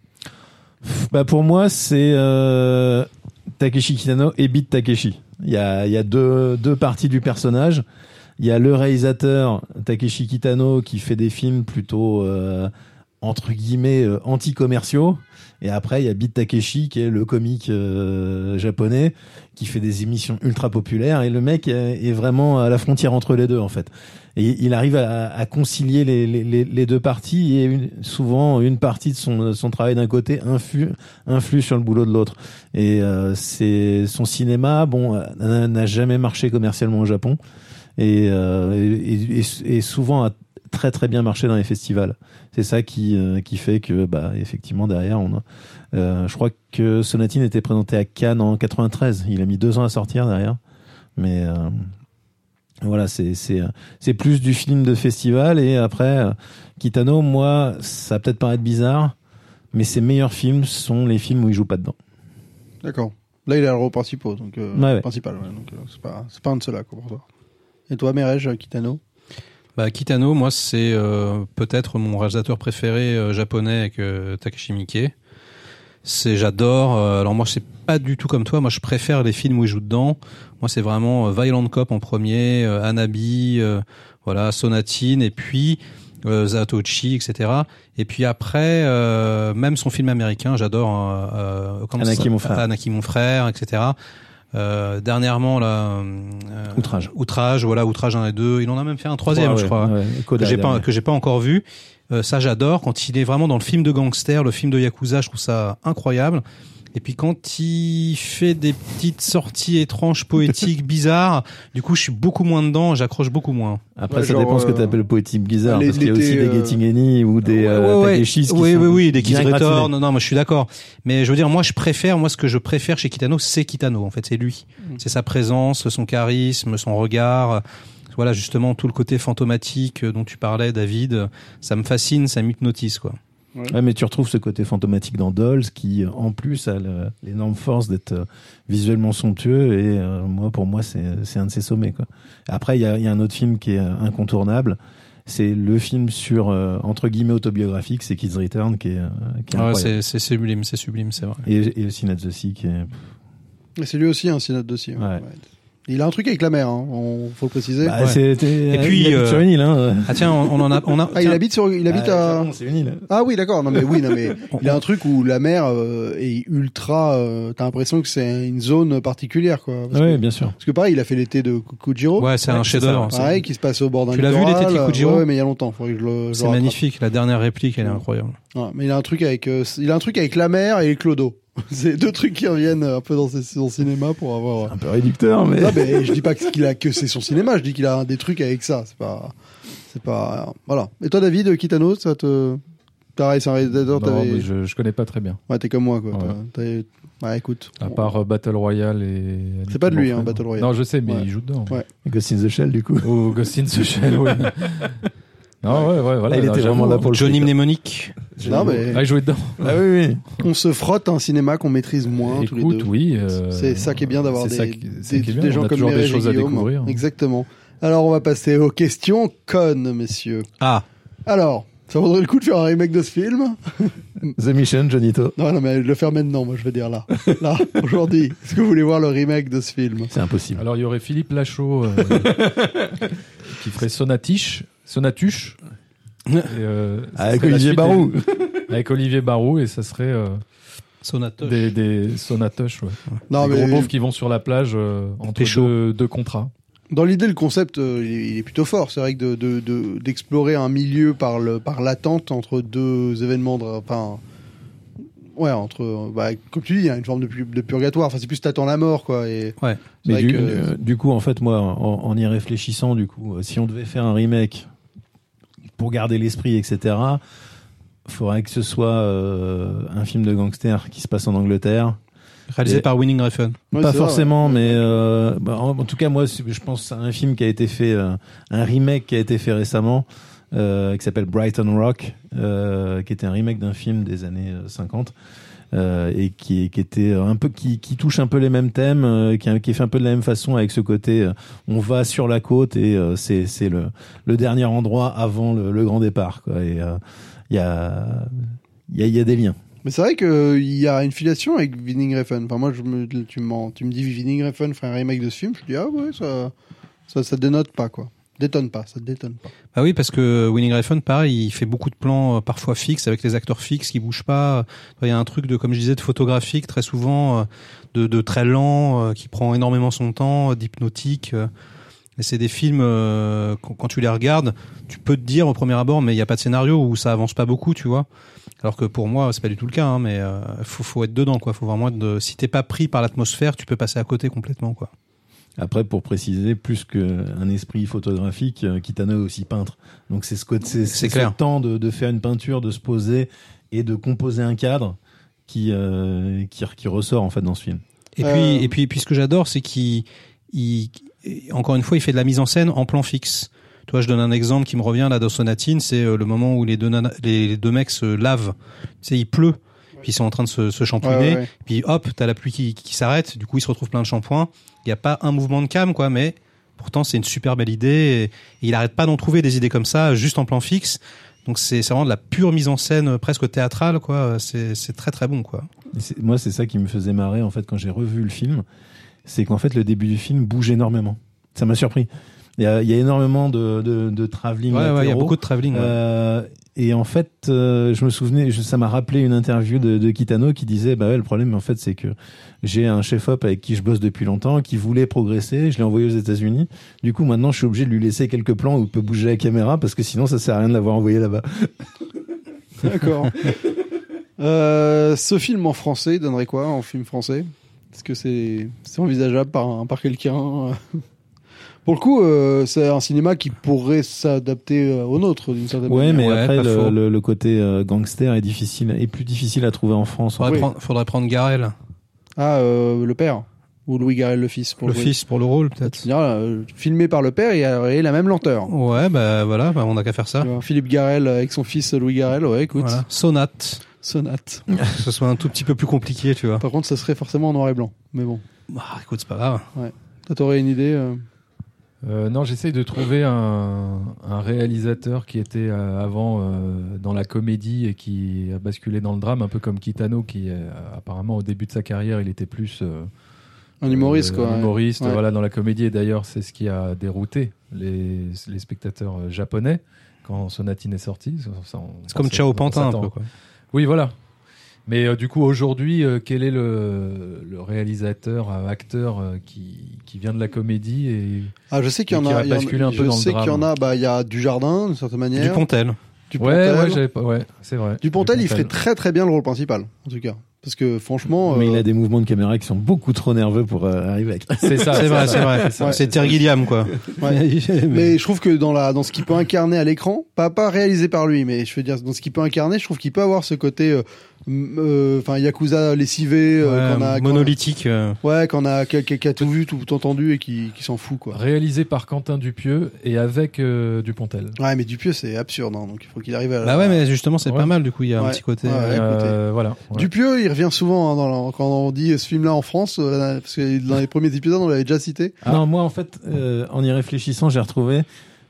Bah pour moi c'est euh, Takeshi Kitano et Beat Takeshi. Il y a il y a deux deux parties du personnage. Il y a le réalisateur Takeshi Kitano qui fait des films plutôt euh, entre guillemets euh, anti-commerciaux. Et après, il y a Beat Takeshi, qui est le comique euh, japonais, qui fait des émissions ultra populaires. Et le mec est, est vraiment à la frontière entre les deux, en fait. Et il arrive à, à concilier les, les, les deux parties. Et une, souvent, une partie de son, son travail d'un côté influe, influe sur le boulot de l'autre. Et euh, c'est son cinéma, bon, n'a n'a jamais marché commercialement au Japon. Et, euh, et, et, et souvent a très très bien marché dans les festivals. C'est ça qui euh, qui fait que bah effectivement derrière on a, euh, je crois que Sonatine était présenté à Cannes en quatre-vingt-treize. Il a mis deux ans à sortir derrière, mais euh, voilà c'est c'est c'est plus du film de festival. Et après euh, Kitano, moi ça va peut-être paraître bizarre, mais ses meilleurs films sont les films où il joue pas dedans. D'accord. Là, il est le rôle principal, donc euh, Ouais, ouais. principal. Ouais, donc euh, c'est pas, c'est pas un de ceux-là, quoi, pour toi. Et toi, Merej, Kitano? Bah, Kitano, moi, c'est euh, peut-être mon réalisateur préféré euh, japonais avec euh, Takashi Miike. C'est, j'adore. Euh, alors moi, c'est pas du tout comme toi. Moi, je préfère les films où il joue dedans. Moi, c'est vraiment euh, Violent Cop en premier, euh, Hanabi, euh, voilà, Sonatine, et puis euh, Zatoichi, et cetera. Et puis après, euh, même son film américain, j'adore. Euh, euh, comment Anaki, ça, mon frère. Anaki, mon frère, et cetera. Euh, dernièrement, là, euh, Outrage. Outrage, voilà, Outrage un et deux. Il en a même fait un troisième, Ouais, je ouais, crois, ouais, Koda que j'ai pas derrière. que j'ai pas encore vu. Euh, ça, j'adore quand il est vraiment dans le film de gangster, le film de yakuza. Je trouve ça incroyable. Et puis quand il fait des petites sorties étranges, poétiques, bizarres, du coup, je suis beaucoup moins dedans, j'accroche beaucoup moins. Après, Ouais, ça genre, dépend ce que euh, tu appelles poétique bizarre, les- parce qu'il y a aussi l'été, des euh, Getting Any ou des Ouais, euh, ouais, ouais. Takeshis qui oui, sont oui, oui, des Kids bien gratinés. Return. Non, non, moi je suis d'accord. Mais je veux dire, moi je préfère, moi ce que je préfère chez Kitano, c'est Kitano. En fait, c'est lui. Mm. C'est sa présence, son charisme, son regard. voilà, justement, tout le côté fantomatique dont tu parlais, David, ça me fascine, ça m'hypnotise, quoi. Ouais. Ouais, mais tu retrouves ce côté fantomatique dans Dolls qui, en plus, a le, l'énorme force d'être euh, visuellement somptueux et euh, moi, pour moi, c'est, c'est un de ses sommets, quoi. Après, il y a, y a un autre film qui est incontournable. C'est le film sur, euh, entre guillemets, autobiographique, c'est Kids Return qui est, euh, qui est ouais, incroyable. c'est, c'est sublime, c'est sublime, c'est vrai. Et, et le Synode the Sea qui est... Et c'est lui aussi un Synode de Sea. Ouais. Ouais. Il a un truc avec la mer, hein, on, faut le préciser. Bah, Ouais. c'était, Et puis, il habite euh, sur une île, hein. Ah tiens, on, on en a, on a. Ah, il tiens, habite sur, il habite Ah, à. non, c'est une île. Ah oui, d'accord. Non mais oui, non mais il a un truc où la mer euh, est ultra. Euh, t'as l'impression que c'est une zone particulière, quoi. Parce, Oui, que, bien sûr. parce que pareil, il a fait l'été de Kujiro. Ouais, c'est Ouais, un c'est chef-d'œuvre. ça. c'est- Pareil, qui se passe au bord d'un Tu l'as vu, littoral. l'été de Kujiro Ouais, mais il y a longtemps. Faudrait que je le. je le C'est rattrape. magnifique. La dernière réplique, elle est incroyable. Ouais, mais il a un truc avec, euh, il a un truc avec la mer et les clodos. C'est deux trucs qui reviennent un peu dans ses- son cinéma pour avoir. Un peu réducteur, mais... Non, mais je dis pas qu'il a que c'est son cinéma. Je dis qu'il a des trucs avec ça. C'est pas, c'est pas, voilà. Et toi, David Kitano, ça te, pareil, c'est un réalisateur. Non, T'avais, mais je, je connais pas très bien. ouais, t'es comme moi, quoi. Ouais. T'as- t'as- Ouais, écoute. À part euh, Battle Royale et. C'est pas de lui, hein, Annie Battle Royale. Non, je sais, mais Ouais. il joue dedans. Ouais. Ghost in the Shell, du coup. Ou Ghost in the Shell, oui. Non, ouais, ouais, voilà. Ah, il non, était j'avoue, vraiment là pour le Johnny fric, Mnemonic. Non, mais Ah, il jouait dedans. Ah oui, oui. on se frotte à un cinéma qu'on maîtrise moins tous les Écoute, deux. oui. euh, C'est ça qui est bien d'avoir c'est des, ça qui- c'est des, qui est bien, des on gens a comme toujours Mireille des choses à et Guillaume. découvrir. Exactement. Alors, on va passer aux questions connes, messieurs. Ah, Alors, ça vaudrait le coup de faire un remake de ce film? The Mission, Johnito. Non, non, mais le faire maintenant, moi, je veux dire là. Là, aujourd'hui. Est-ce que vous voulez voir le remake de ce film? C'est impossible. Alors, il y aurait Philippe Lachaud euh, qui ferait Sonatiche, Sonatuche. Et, euh, ça Avec serait la Olivier suite Barou. des- avec Olivier Barou, et ça serait euh, Sonatoche. des, des Sonatoches, ouais. Non, des mais gros beaufs qui vont sur la plage euh, entre Pécho. deux, deux contrats. dans l'idée, le concept, euh, il, est, il est plutôt fort. C'est vrai que de, de, de, d'explorer un milieu par, le, par l'attente entre deux événements, de, enfin, ouais, entre, bah, comme tu dis, il y a une forme de, pu- de purgatoire. Enfin, c'est plus t'attends la mort, quoi. Et Ouais. c'est Mais vrai du, que- euh, du coup, en fait, moi, en, en y réfléchissant, du coup, euh, si on devait faire un remake pour garder l'esprit, et cetera, faudrait que ce soit euh, un film de gangster qui se passe en Angleterre. Réalisé Et- par Winning Refn. Ouais, Pas c'est forcément, vrai, ouais. mais euh, bah, en, en tout cas, moi, c'est- je pense à un film qui a été fait, euh, un remake qui a été fait récemment, euh, qui s'appelle Brighton Rock, euh, qui était un remake d'un film des années euh, cinquante. Euh, et qui, qui était un peu qui, qui touche un peu les mêmes thèmes, euh, qui, qui est fait un peu de la même façon avec ce côté euh, on va sur la côte et euh, c'est c'est le le dernier endroit avant le, le grand départ, quoi. Et euh, il y a il y a il y a des liens. Mais c'est vrai qu'il y a une filiation avec Winning Refn. Enfin, moi, je me, tu, m'en, tu me dis Winning Refn ferait un remake de ce film. Je dis, ah ouais, ça, ça, ça dénote pas, quoi. Détonne pas, ça détonne pas. Bah oui, parce que Winning Refn, pareil, il fait beaucoup de plans euh, parfois fixes avec les acteurs fixes qui bougent pas. Il y a un truc de, comme je disais, de photographique très souvent, euh, de, de très lent, euh, qui prend énormément son temps, euh, d'hypnotique. euh. Et c'est des films euh, quand, quand tu les regardes, tu peux te dire au premier abord, mais il y a pas de scénario où ça avance pas beaucoup, tu vois. Alors que pour moi, c'est pas du tout le cas, hein, mais euh, faut, faut être dedans, quoi. Faut vraiment être de, si t'es pas pris par l'atmosphère, tu peux passer à côté complètement, quoi. Après, pour préciser, plus qu'un esprit photographique, euh, Kitano est aussi peintre. Donc c'est ce côté, c'est, C'est c'est ce clair. temps de, de faire une peinture, de se poser et de composer un cadre qui euh, qui, qui ressort en fait dans ce film. Et Euh, puis, et puis, puis ce que j'adore, c'est qu'il, il, encore une fois, il fait de la mise en scène en plan fixe. Toi, je donne un exemple qui me revient là dans Sonatine, c'est euh, le moment où les deux nana- les deux mecs se lavent. Tu sais, il pleut, puis ils sont en train de se, se shampouiner, Ouais, ouais, ouais. puis hop, t'as la pluie qui, qui s'arrête. Du coup, ils se retrouvent plein de shampoings. Il y a pas un mouvement de cam, quoi, mais pourtant c'est une super belle idée. Et, et il arrête pas d'en trouver des idées comme ça, juste en plan fixe. Donc c'est, c'est vraiment de la pure mise en scène, presque théâtrale, quoi. C'est, c'est très très bon, quoi. Et c'est- moi, c'est ça qui me faisait marrer en fait quand j'ai revu le film, c'est qu'en fait le début du film bouge énormément. Ça m'a surpris. Il y a, il y a énormément de de, de travelling. Ouais, ouais, il y a latéraux. beaucoup de travelling. Ouais. Euh, et en fait, euh, je me souvenais, je- ça m'a rappelé une interview de, de Kitano qui disait, bah ouais, le problème, en fait, c'est que j'ai un chef-op avec qui je bosse depuis longtemps, qui voulait progresser, je l'ai envoyé aux États-Unis. Du coup, maintenant, je suis obligé de lui laisser quelques plans où il peut bouger la caméra parce que sinon, ça sert à rien de l'avoir envoyé là-bas. D'accord. euh, ce film en français il donnerait quoi en film français? Est-ce que c'est, c'est envisageable par, un- par quelqu'un? Pour le coup, euh, c'est un cinéma qui pourrait s'adapter euh, au nôtre d'une certaine Ouais, manière. mais Ouais, après, pas faux. le, le, le côté euh, gangster est difficile, est plus difficile à trouver en France. en Faudrait, oui. prendre, faudrait prendre Garel. Ah, euh, le père. Ou Louis Garrel le fils pour Le jouer. fils pour le rôle, peut-être. Tu diras, euh, filmé par le père et, et la même lenteur. Ouais, bah voilà, bah, on n'a qu'à faire ça. Tu vois, Philippe Garrel avec son fils Louis Garrel, ouais, écoute. Voilà. Sonate. Sonate. que ce soit un tout petit peu plus compliqué, tu vois. Par contre, ça serait forcément en noir et blanc. Mais bon. Bah, écoute, c'est pas grave. Toi, t'aurais une idée euh... Euh, non, j'essaye de trouver un, un réalisateur qui était euh, avant euh, dans la comédie et qui a basculé dans le drame, un peu comme Kitano, qui euh, apparemment au début de sa carrière, il était plus euh, un humoriste, euh, quoi. Un humoriste, ouais. voilà, dans la comédie. Et d'ailleurs, c'est ce qui a dérouté les, les spectateurs japonais quand Sonatine est sorti. Ça, on, c'est comme Ciao Pantin un peu, quoi. Oui, voilà. Mais euh, du coup, aujourd'hui, euh, quel est le, le réalisateur, euh, acteur euh, qui, qui vient de la comédie et ah, je sais qu'il y en a. Il y en a un peu je dans sais le qu'il y en a. Bah, il y a Dujardin, d'une certaine manière. Dupontel. Dupontel. Ouais, ouais, j'avais pas. Ouais, c'est vrai. Dupontel, Dupontel. il ferait très très bien le rôle principal, en tout cas. Parce que franchement, mais euh... il a des mouvements de caméra qui sont beaucoup trop nerveux pour euh, arriver avec. C'est ça, c'est vrai, c'est vrai. Ouais. C'est Terry Gilliam, quoi. Ouais. Mais je trouve que dans la dans ce qu'il peut incarner à l'écran, pas pas réalisé par lui, mais je veux dire dans ce qu'il peut incarner, je trouve qu'il peut avoir ce côté, enfin euh, euh, yakuza lessivé, euh, ouais, qu'on a, monolithique. Qu'on a, euh... ouais, qu'on a qui a, qui a tout vu, tout entendu et qui qui s'en fout, quoi. Réalisé par Quentin Dupieux et avec euh, Dupontel. Ouais, mais Dupieux c'est absurde, hein, donc il faut qu'il arrive à. Bah ouais, mais justement c'est ouais. pas mal, du coup il y a ouais. un petit côté. Ouais, ouais, euh, voilà. Ouais. Dupieux, il revient souvent hein, dans la, quand on dit ce film-là en France, euh, parce que dans les premiers épisodes on l'avait déjà cité. Ah. Non, moi en fait, euh, en y réfléchissant, j'ai retrouvé.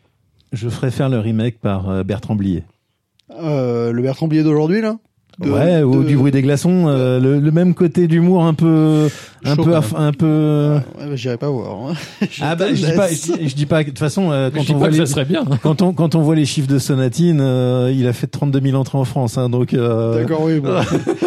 Je ferais faire le remake par euh, Bertrand Blier. Euh, le Bertrand Blier d'aujourd'hui là. De, ouais, ou de... du bruit des glaçons, euh, le, le même côté d'humour un peu, un Chaud, peu, quand aff- un peu. Ouais, bah, j'irai pas voir. Hein. Ah bah je dis pas, je dis, je dis pas. De toute façon, euh, Je quand dis on pas voit que les, ça serait bien. quand on quand on voit les chiffres de Sonatine, euh, il a fait trente-deux mille entrées en France, hein, donc. Euh... D'accord, oui. Bon.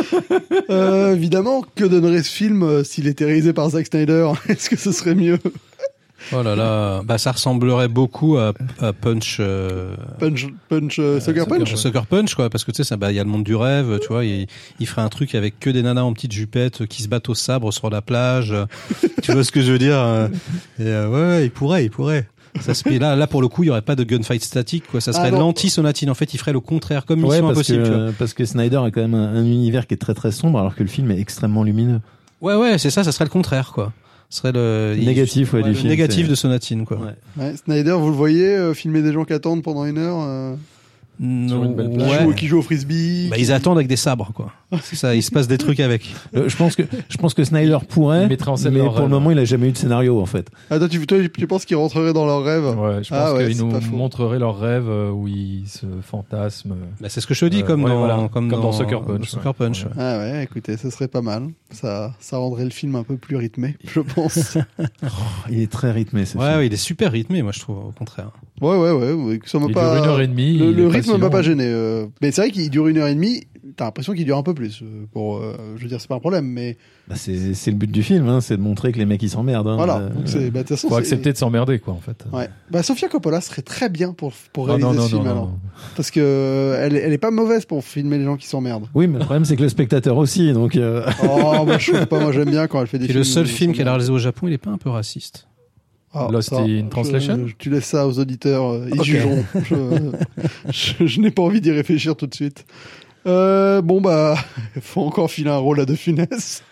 euh, évidemment, que donnerait ce film euh, s'il était réalisé par Zack Snyder? Est-ce que ce serait mieux? Oh là là, bah ça ressemblerait beaucoup à, à Punch, euh... Punch, Punch, euh, Sucker Punch. Sucker Punch, quoi, parce que tu sais, ça, bah il y a le monde du rêve, tu vois, il, il ferait un truc avec que des nanas en petites jupettes qui se battent au sabre sur la plage. Tu vois ce que je veux dire? Et euh, ouais, il pourrait, il pourrait. Ça se là, là pour le coup, il y aurait pas de gunfight statique, quoi. Ça serait ah, l'anti-Sonatine. En fait, il ferait le contraire, comme Mission ouais, parce Impossible. que, Tu vois. parce que Snyder a quand même un, un univers qui est très très sombre, alors que le film est extrêmement lumineux. Ouais, ouais, c'est ça. Ça serait le contraire, quoi. Ce serait le il, négatif, ouais, ouais, du le film. Négatif c'est... de Sonatine, quoi. Ouais. Ouais, Snyder, vous le voyez euh, filmer des gens qui attendent pendant une heure, euh, Non, une belle qui, plage. ouais. jouent, qui jouent au frisbee. Bah, qui... ils attendent avec des sabres, quoi. C'est ça. Il se passe des trucs avec. Euh, je pense que je pense que Snyder pourrait, Il mettrait en scène mais leur pour rêve. le moment, il a jamais eu de scénario en fait. Attends, tu, toi, tu penses qu'ils rentreraient dans leurs rêves? Ouais, je pense Ah ouais, qu'ils c'est nous pas faux. montreraient leurs rêves euh, où ils se fantasment. Bah, c'est ce que je te dis, Euh, comme, ouais, dans, voilà. comme, Comme dans, dans Sucker Punch, Sucker ouais. Punch. Ouais. Ouais. Ah ouais, écoutez, ça serait pas mal. Ça, ça rendrait le film un peu plus rythmé, je pense. Il est très rythmé. Ce Ouais, film. ouais, il est super rythmé, moi je trouve, au contraire. Ouais, ouais, ouais. ouais, ça m'a Il pas... dure une heure et demie. Le, il le est pas rythme si m'a long. pas gêné. euh, Mais c'est vrai qu'il dure une heure et demie. T'as l'impression qu'il dure un peu plus. euh, Pour, euh, je veux dire, c'est pas un problème, mais Bah, c'est c'est le but du film, hein, c'est de montrer que les mecs ils s'emmerdent. Hein. voilà. Euh, Donc c'est, bah, de toute façon, Faut c'est- accepter de s'emmerder, quoi, en fait. Ouais. Bah, Sofia Coppola serait très bien pour pour Non, réaliser non, non, ce film non, alors, non. parce que euh, elle, est- elle est pas mauvaise pour filmer les gens qui s'emmerdent. Oui, mais le problème c'est que le spectateur aussi, donc. Euh... Oh, moi je trouve pas. Moi j'aime bien quand elle fait des. Et films le seul où film ils qu'elle a s'emmerdent. réalisé au Japon, il est pas un peu raciste. Ah, Lost ça, in je- Translation je- Tu laisses ça aux auditeurs, euh, ils Ok. jugeront. Je, je, je n'ai pas envie d'y réfléchir tout de suite. Euh, bon bah, faut encore filer un rôle à De Funès.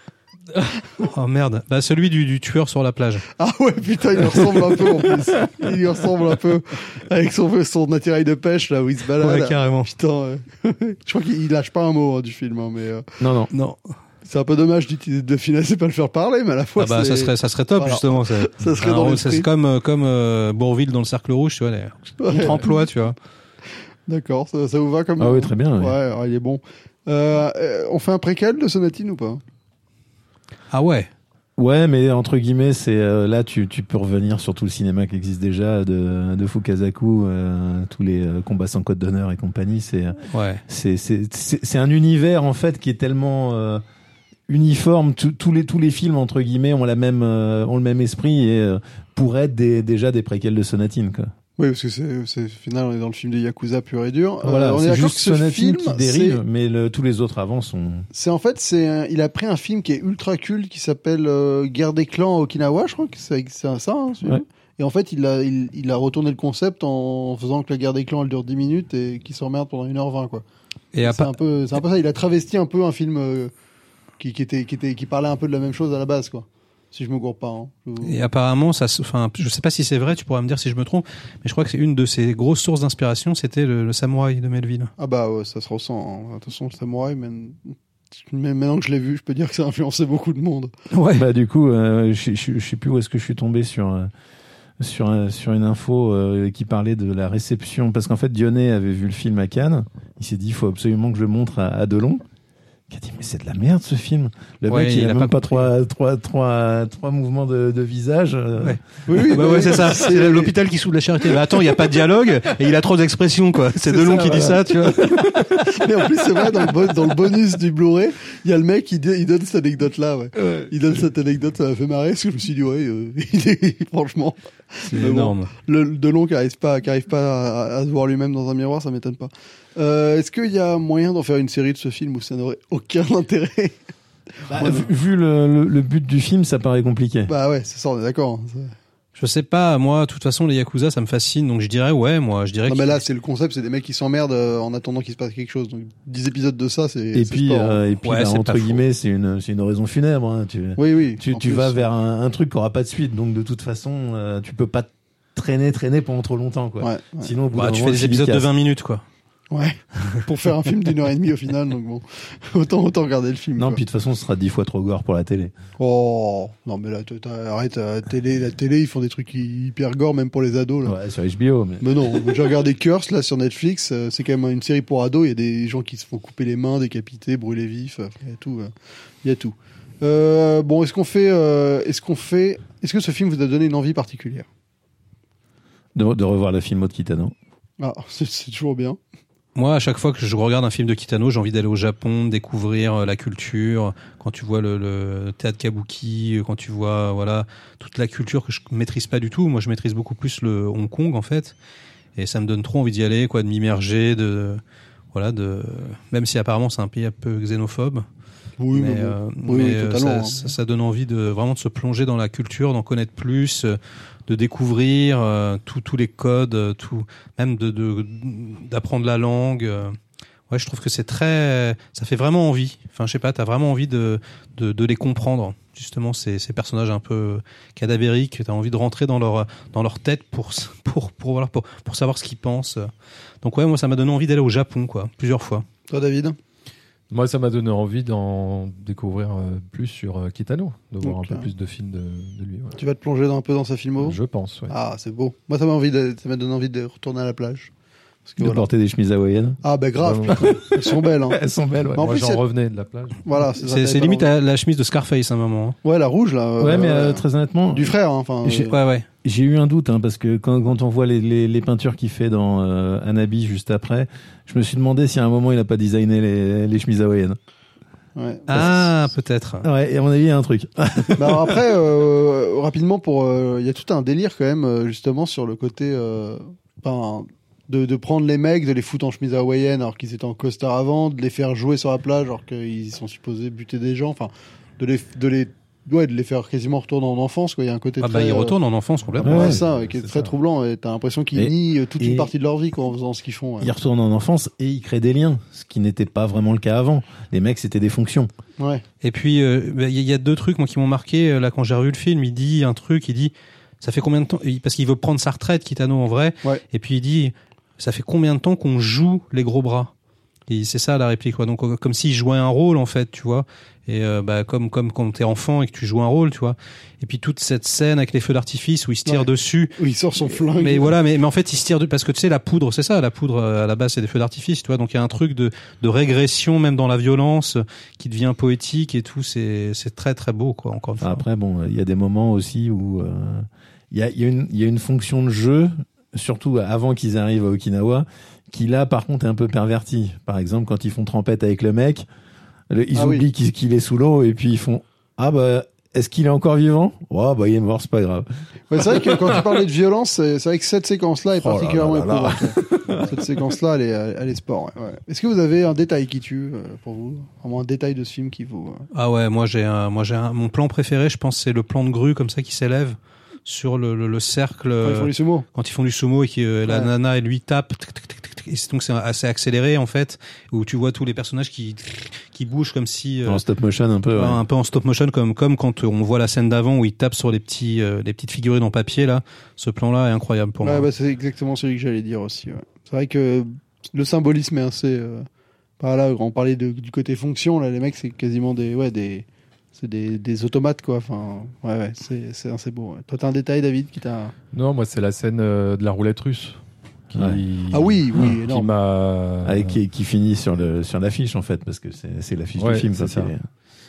Oh merde. Bah celui du, du tueur sur la plage. Ah ouais, putain, il lui ressemble un peu en plus. Il lui ressemble un peu avec son, son attirail de pêche là où il se balade. Ouais, carrément. Putain, euh, je crois qu'il il lâche pas un mot hein, du film, hein, mais euh, Non, non. Non. c'est un peu dommage d'utiliser De Funès et pas le faire parler, mais à la fois Ah bah c'est... ça serait ça serait top Voilà. justement. Ça, Ça serait Un dans rôle- l'esprit. C'est comme euh, comme euh, Bourvil dans le Cercle Rouge, tu vois, les Ouais. contre-emploi, tu vois. D'accord, ça, ça vous va comme... Ah oui, très bien. Ouais, ouais. alors, il est bon. Euh, euh, on fait un préquel de Sonatine ou pas? Ah ouais. Ouais, mais entre guillemets, c'est euh, là tu tu peux revenir sur tout le cinéma qui existe déjà de de Fukasaku, euh, tous les euh, combats sans code d'honneur et compagnie. C'est Ouais. c'est c'est c'est c'est un univers en fait qui est tellement euh, uniforme. Tous tous les tous les films entre guillemets ont la même euh, ont le même esprit et euh, pourraient être des, déjà des préquels de Sonatine quoi. Oui, parce que c'est, c'est, au final, on est dans le film de Yakuza pur et dur. Voilà, Euh, on est c'est d'accord juste que ce Sonatine film, qui dérive, c'est- mais le, tous les autres avant sont. C'est en fait, c'est un- il a pris un film qui est ultra culte qui s'appelle euh, Guerre des clans à Okinawa, je crois que c'est, c'est ça. Hein, celui-là. Ouais. Et en fait, il a, il, il a retourné le concept en faisant que la guerre des clans elle dure dix minutes et qu'il s'emmerde pendant une heure vingt quoi. Et à C'est part- un peu, c'est un peu ça. Il a travesti un peu un film euh, qui, qui était, qui était, qui parlait un peu de la même chose à la base quoi. si je me gourre pas. Hein. Je... Et apparemment, ça, enfin, je sais pas si c'est vrai, tu pourras me dire si je me trompe, mais je crois que c'est une de ses grosses sources d'inspiration, c'était le, le samouraï de Melville. Ah bah ouais, ça se ressent. Hein. De toute façon, le samouraï, même... même maintenant que je l'ai vu, je peux dire que ça a influencé beaucoup de monde. Ouais. Bah du coup, euh, je, je, je sais plus où est-ce que je suis tombé sur euh, sur euh, sur une info euh, qui parlait de la réception, parce qu'en fait Dionnet avait vu le film à Cannes, il s'est dit il faut absolument que je le montre à, à Delon. Qui a dit mais c'est de la merde ce film. Le ouais, mec il, il a, a même pas, pas trois, trois trois trois mouvements de, de visage. Euh... Ouais. Oui, oui, bah ouais, c'est ça. C'est l'hôpital qui soude la charité. Bah attends, il y a pas de dialogue et il a trop d'expressions quoi. C'est, c'est Delon ça, qui voilà. dit ça, tu vois. Mais en plus c'est vrai dans le, bon, dans le bonus du Blu-ray, il y a le mec qui il donne cette anecdote là. Ouais. Ouais. Il donne cette anecdote, ça m'a fait marrer parce que je me suis dit ouais, euh, il est, franchement. C'est énorme. Bon, le Delon qui arrive pas, qui arrive pas à, à se voir lui-même dans un miroir, ça m'étonne pas. Euh, est-ce qu'il y a moyen d'en faire une série de ce film où ça n'aurait aucun intérêt? Bah, vu, vu le, le, le but du film, ça paraît compliqué. Bah ouais, c'est ça, on est d'accord. C'est... Je sais pas, moi, de toute façon, les Yakuza, ça me fascine, donc je dirais ouais, moi, je dirais. Non, mais là, c'est le concept, c'est des mecs qui s'emmerdent euh, en attendant qu'il se passe quelque chose. Donc, dix épisodes de ça, c'est. Et c'est puis, sport, euh, hein. et puis, ouais, bah, entre guillemets, c'est une, c'est une oraison funèbre. Hein. Tu, oui, oui. Tu, tu vas vers un, un truc qui aura pas de suite, donc de toute façon, euh, tu peux pas traîner, traîner pendant trop longtemps, quoi. Ouais, ouais. Sinon, au bout bah, d'un tu moment, fais des épisodes de vingt minutes, quoi. Ouais, pour faire un film d'une heure et demie au final, donc bon, autant autant regarder le film. Non, quoi. puis de toute façon, ce sera dix fois trop gore pour la télé. Oh, non mais là, arrête, la télé, la télé, ils font des trucs hyper gore même pour les ados là. Ouais, sur H B O. Mais, mais non, j'ai regardé Curse là sur Netflix, c'est quand même une série pour ados. Il y a des gens qui se font couper les mains, décapiter, brûler vifs, il y a tout, il y a tout. Euh, bon, est-ce qu'on fait, euh, est-ce qu'on fait, est-ce que ce film vous a donné une envie particulière de, de revoir le film de Kitano. Ah, c'est, c'est toujours bien. Moi, à chaque fois que je regarde un film de Kitano, j'ai envie d'aller au Japon, découvrir la culture. Quand tu vois le, le théâtre kabuki, quand tu vois voilà toute la culture que je maîtrise pas du tout. Moi, je maîtrise beaucoup plus le Hong Kong en fait, et ça me donne trop envie d'y aller, quoi, de m'immerger, de voilà, de même si apparemment c'est un pays un peu xénophobe. Oui, mais, mais, bon. euh, oui, mais oui, euh, totalement. ça, ça, ça donne envie de vraiment de se plonger dans la culture, d'en connaître plus, de découvrir euh, tous tous les codes, tout, même de, de d'apprendre la langue. Ouais, je trouve que c'est très, ça fait vraiment envie. Enfin, je sais pas, t'as vraiment envie de de, de les comprendre. Justement, ces ces personnages un peu cadavériques, t'as envie de rentrer dans leur dans leur tête pour pour pour voilà pour pour savoir ce qu'ils pensent. Donc ouais, moi ça m'a donné envie d'aller au Japon, quoi, plusieurs fois. Toi, David? Moi, ça m'a donné envie d'en découvrir euh, plus sur euh, Kitano, de voir Donc, un peu plus de films de, de lui. Ouais. Tu vas te plonger un peu dans sa filmo? Je pense, ouais. Ah, c'est beau. Moi, ça m'a envie de, ça m'a donné envie de retourner à la plage. Parce que de voilà. porter des chemises hawaïennes. Ah, ben grave, Vraiment. putain. Elles sont belles, hein. Elles sont belles, ouais. En Moi, plus, j'en c'est- revenais de la plage. Voilà, c'est, ça, C'est t'avais c'est pas limite l'envie. à la chemise de Scarface à un moment. Ouais, la rouge, là. Ouais, euh, mais euh, euh, très honnêtement, Du frère, hein, enfin. J'ai- euh, Ouais, ouais. j'ai eu un doute, hein, parce que quand, quand on voit les, les, les peintures qu'il fait dans euh, Anabi juste après, je me suis demandé si à un moment il a pas designé les, les chemises hawaïennes. ouais. Ah, peut-être. Ouais, et à mon avis, il y a un truc. Bah, alors après, euh, rapidement, pour, euh, il y a tout un délire quand même, euh, justement, sur le côté, euh, enfin, de, de prendre les mecs, de les foutre en chemise hawaïenne alors qu'ils étaient en costard avant, de les faire jouer sur la plage alors qu'ils sont supposés buter des gens, enfin, de les, de les, ouais, de les faire quasiment retourner en enfance, quoi. Il y a un côté Ah très, bah il euh, retourne en enfance complètement. Ouais, Ouais, ça, ouais, qui est, c'est très ça. troublant. Et t'as l'impression qu'ils Et- nient euh, toute et- une partie de leur vie quoi, en faisant ce qu'ils font. Ouais. Il retourne en enfance et il crée des liens, ce qui n'était pas vraiment le cas avant. Les mecs, c'était des fonctions. Ouais. Et puis il euh, bah, y, y a deux trucs moi qui m'ont marqué euh, là quand j'ai revu le film. Il dit un truc, il dit ça fait combien de temps il- parce qu'il veut prendre sa retraite, Kitano en vrai. Ouais. Et puis il dit ça fait combien de temps qu'on joue les gros bras. Et c'est ça la réplique quoi. Donc euh, comme s'il jouait un rôle en fait, tu vois. Et euh, bah comme comme quand t'es enfant et que tu joues un rôle, tu vois. Et puis toute cette scène avec les feux d'artifice où il se tire Ouais. dessus. Où il sort son flingue. Mais voilà, mais, mais en fait, il se tire de, parce que tu sais, la poudre, c'est ça, la poudre, euh, à la base, c'est des feux d'artifice, tu vois. Donc, il y a un truc de, de régression, même dans la violence, euh, qui devient poétique et tout. C'est, c'est très, très beau, quoi, encore une fois. Après, bon, il y a des moments aussi où euh, il y, a, il y, a une- il y a une fonction de jeu, surtout avant qu'ils arrivent à Okinawa, qui là, par contre, est un peu pervertie. Par exemple, quand ils font trempette avec le mec, le- ils Ah oui. oublient qu'il, qu'il est sous l'eau et puis ils font « Ah bah, est-ce qu'il est encore vivant ?»« Oh bah, il est mort, c'est pas grave. Ouais, c'est vrai que quand tu parlais de violence, c'est, c'est vrai que cette séquence-là est Oh là particulièrement là là là. éprouvante. ouais. Cette séquence-là, elle est, elle est sport. Ouais, ouais. Est-ce que vous avez un détail qui tue euh, pour vous? Vraiment un détail de ce film qui vous. euh, Ah ouais, moi, j'ai un, moi, j'ai un, mon plan préféré, je pense, c'est le plan de grue, comme ça, qui s'élève sur le, le, le cercle, Quand ils font euh, du sumo. quand ils font du sumo et que euh, la Ouais. nana, elle lui tape, tic, tic, tic, tic, tic, et c'est, donc c'est assez accéléré en fait, où tu vois tous les personnages qui qui bougent comme si euh, en stop motion un peu. Ouais. un peu en stop motion, comme comme quand on voit la scène d'avant où il tape sur les petits euh, les petites figurines en papier là. Ce plan-là est incroyable pour ouais, moi. Bah, c'est exactement celui que j'allais dire aussi. Ouais. C'est vrai que le symbolisme est assez. Euh, par là, on parlait de, du côté fonction. Là, les mecs, c'est quasiment des ouais des c'est des, des automates quoi. Enfin, ouais, ouais c'est c'est assez beau. Ouais. Toi, t'as un détail, David, qui t'a. Non, moi c'est la scène euh, de la roulette russe. Qui... Ouais. Ah oui, oui, qui énorme. m'a Avec, qui, qui finit sur le sur l'affiche en fait, parce que c'est c'est l'affiche Ouais, du film. c'est Ça, ça. c'est...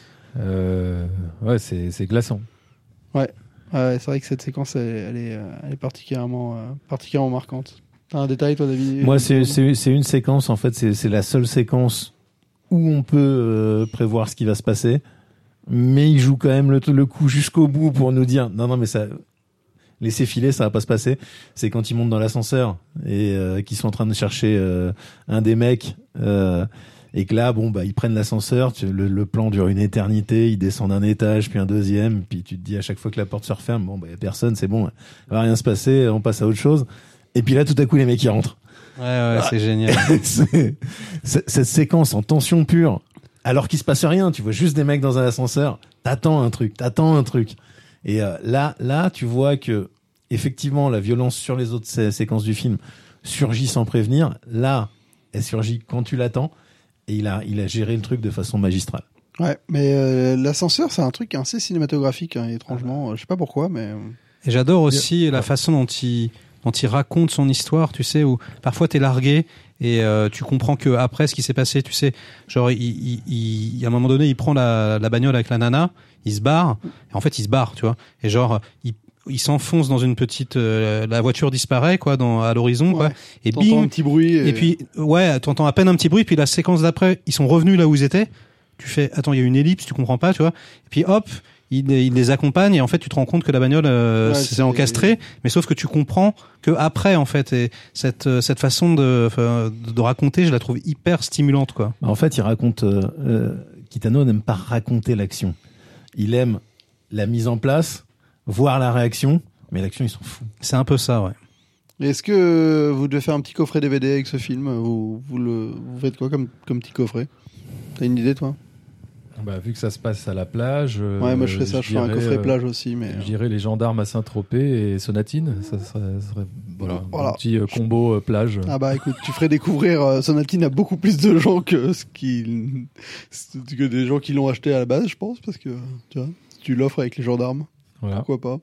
euh, ouais, c'est c'est glaçant. Ouais, ouais c'est vrai que cette séquence, elle, elle est, euh, elle est particulièrement, euh, particulièrement marquante. T'as un détail, toi, David? Moi, c'est c'est c'est une séquence en fait, c'est c'est la seule séquence où on peut euh, prévoir ce qui va se passer, mais il joue quand même le le coup jusqu'au bout pour nous dire non non mais ça. Laisser filer, ça va pas se passer. C'est quand ils montent dans l'ascenseur et euh, qu'ils sont en train de chercher euh, un des mecs euh, et que là, bon, bah, ils prennent l'ascenseur. Tu, le, le plan dure une éternité. Ils descendent un étage, puis un deuxième, puis tu te dis à chaque fois que la porte se referme, bon, bah, y a personne, c'est bon, il va rien se passer, on passe à autre chose. Et puis là, tout à coup, les mecs ils rentrent. Ouais, ouais, c'est génial. c'est, c'est, cette séquence en tension pure, alors qu'il se passe rien. Tu vois juste des mecs dans un ascenseur. T'attends un truc, t'attends un truc. Et euh, là, là, tu vois que effectivement, la violence sur les autres sé- séquences du film surgit sans prévenir. Là, elle surgit quand tu l'attends. Et il a, il a géré le truc de façon magistrale. Ouais, mais euh, l'ascenseur, c'est un truc assez cinématographique, hein, étrangement. Je sais pas pourquoi, mais. Et j'adore aussi la façon dont il dont il raconte son histoire. Tu sais, où parfois t'es largué. Et euh, tu comprends que après ce qui s'est passé, tu sais, genre, il, il, il, à un moment donné, il prend la, la bagnole avec la nana, il se barre, et en fait, il se barre, tu vois. Et genre, il, il s'enfonce dans une petite, euh, la voiture disparaît, quoi, dans, à l'horizon, quoi. Ouais. Et T'entends bing, un petit bruit. Et, et puis, ouais, t'entends à peine un petit bruit, puis la séquence d'après, ils sont revenus là où ils étaient. Tu fais, attends, il y a une ellipse, tu comprends pas, tu vois. Et puis, hop, il, il les accompagne, et en fait, tu te rends compte que la bagnole euh, Ouais, s'est c'est- encastrée, mais sauf que tu comprends que après, en fait, et cette, euh, cette façon de, enfin, de raconter, je la trouve hyper stimulante, quoi. En fait, il raconte. Euh, euh, Kitano n'aime pas raconter l'action. Il aime la mise en place, voir la réaction, mais l'action, il s'en fout. C'est un peu ça, ouais. Est-ce que vous devez faire un petit coffret D V D avec ce film? Vous, vous, le, vous faites quoi comme, comme petit coffret? T'as une idée, toi? Bah, vu que ça se passe à la plage. euh, Ouais, moi je ferais ça, je ferais un dirais, coffret euh, plage aussi, mais. Je dirais les gendarmes à Saint-Tropez et Sonatine. Ça serait, ça serait voilà, Voilà. un petit euh, combo euh, plage. Ah bah écoute, tu ferais découvrir euh, Sonatine à beaucoup plus de gens que ce qui que des gens qui l'ont acheté à la base, je pense, parce que tu vois, si tu l'offres avec les gendarmes, Voilà. pourquoi pas.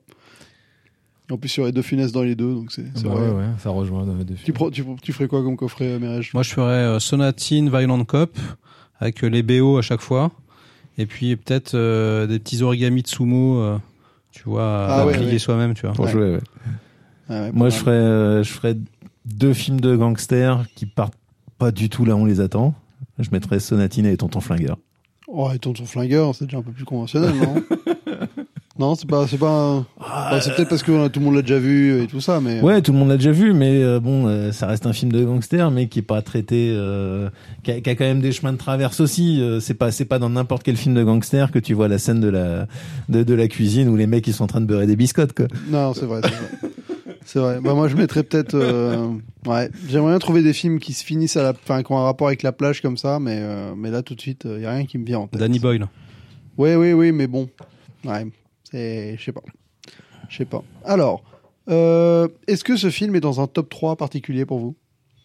En plus, il y aurait deux Funès dans les deux, donc c'est c'est Bah vrai. ouais, ouais, ça rejoint euh, des Tu, films. prends- tu, tu ferais quoi comme coffret, euh, Mérège? Moi, je ferais euh, Sonatine, Violent Cop, avec euh, les B O à chaque fois. Et puis, peut-être euh, des petits origamis de sumo, euh, tu vois, Ah à ouais, plier ouais. soi-même, tu vois. Pour Ouais. jouer, ouais. Ah ouais, Moi, pas je mal. ferais, euh, je ferais deux films de gangsters qui partent pas du tout là où on les attend. Je mettrais Sonatine et Tonton Flingueur. Oh, et Tonton Flingueur, c'est déjà un peu plus conventionnel, non? Non, c'est pas, c'est pas. un- Bah, c'est peut-être parce que euh, tout le monde l'a déjà vu et tout ça, mais. Ouais, tout le monde l'a déjà vu, mais euh, bon, euh, ça reste un film de gangsters, mais qui est pas traité, euh, qui, a, qui a quand même des chemins de traverse aussi. Euh, c'est pas, c'est pas dans n'importe quel film de gangsters que tu vois la scène de la, de, de la cuisine où les mecs ils sont en train de beurrer des biscottes, quoi. Non, c'est vrai, c'est vrai. C'est vrai. Bah, moi, je mettrais peut-être. euh, Ouais, j'aimerais bien trouver des films qui se finissent à la. Enfin, qui ont un rapport avec la plage comme ça, mais, euh, mais là, tout de suite, il y a rien qui me vient en tête. Danny Boyle. Oui, oui, oui, mais bon. Ouais, c'est. Je sais pas. Je sais pas. Alors, euh, est-ce que ce film est dans un top trois particulier pour vous?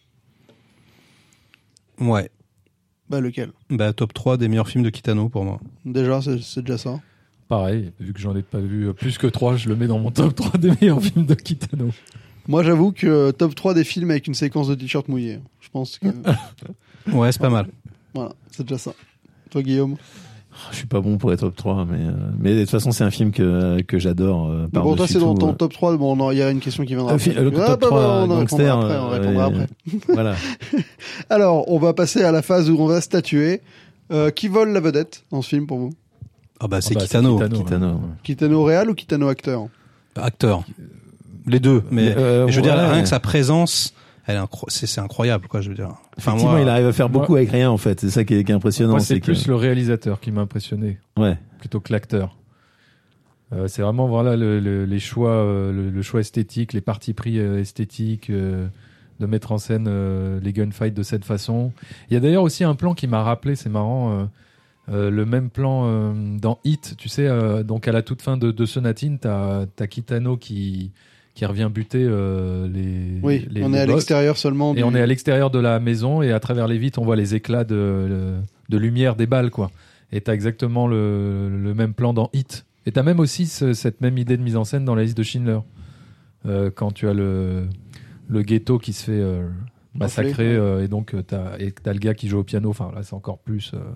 Ouais. Bah, lequel? Bah, top trois des meilleurs films de Kitano pour moi. Déjà, c'est c'est déjà ça. Pareil, vu que j'en ai pas vu euh, plus que trois, je le mets dans mon top trois des meilleurs films de Kitano. Moi, j'avoue que euh, top trois des films avec une séquence de t-shirt mouillé. Je pense que. Ouais, c'est pas mal. Voilà, c'est déjà ça. Toi, Guillaume? Je suis pas bon pour être top trois, mais, euh, mais de toute façon, c'est un film que, que j'adore. Euh, Mais bon, toi, par-dessus c'est dans tout, ton euh. top trois. Bon, non, il y a une question qui viendra Euh, fi- après. le Ah, top bah, trois bah, on en gangsters, répondra après. On euh, répondra euh, après. Voilà. Alors, on va passer à la phase où on va statuer. Euh, qui vole la vedette dans ce film pour vous? Ah bah, c'est Ah bah, Kitano. Kitano. ouais. Kitano réal ou Kitano acteur? Acteur. Les deux. Mais, Euh, mais je veux dire, ouais. rien que sa présence, elle est incro- c'est, c'est incroyable, quoi, je veux dire. Enfin, Effectivement, moi, il arrive à faire beaucoup moi- avec rien, en fait. C'est ça qui est, qui est impressionnant. Moi, c'est que... plus le réalisateur qui m'a impressionné, Ouais. plutôt que l'acteur. Euh, c'est vraiment voilà le, le, les choix, euh, le, le choix esthétique, les partis pris euh, esthétiques, euh, de mettre en scène euh, les gunfights de cette façon. Il y a d'ailleurs aussi un plan qui m'a rappelé, c'est marrant, euh, euh, le même plan euh, dans Hit, tu sais, euh, donc à la toute fin de, de Sonatine, t'as, t'as Kitano qui, qui revient buter euh, les Oui, les, on les est à boss. l'extérieur seulement. Et du- on est à l'extérieur de la maison et à travers les vitres, on voit les éclats de, de lumière des balles, quoi. Et t'as exactement le, le même plan dans Hit. Et t'as même aussi ce, cette même idée de mise en scène dans la liste de Schindler. Euh, quand tu as le, le ghetto qui se fait euh, massacrer Enflé, ouais. euh, et donc euh, t'as, et t'as le gars qui joue au piano. Enfin là, c'est encore plus. Euh,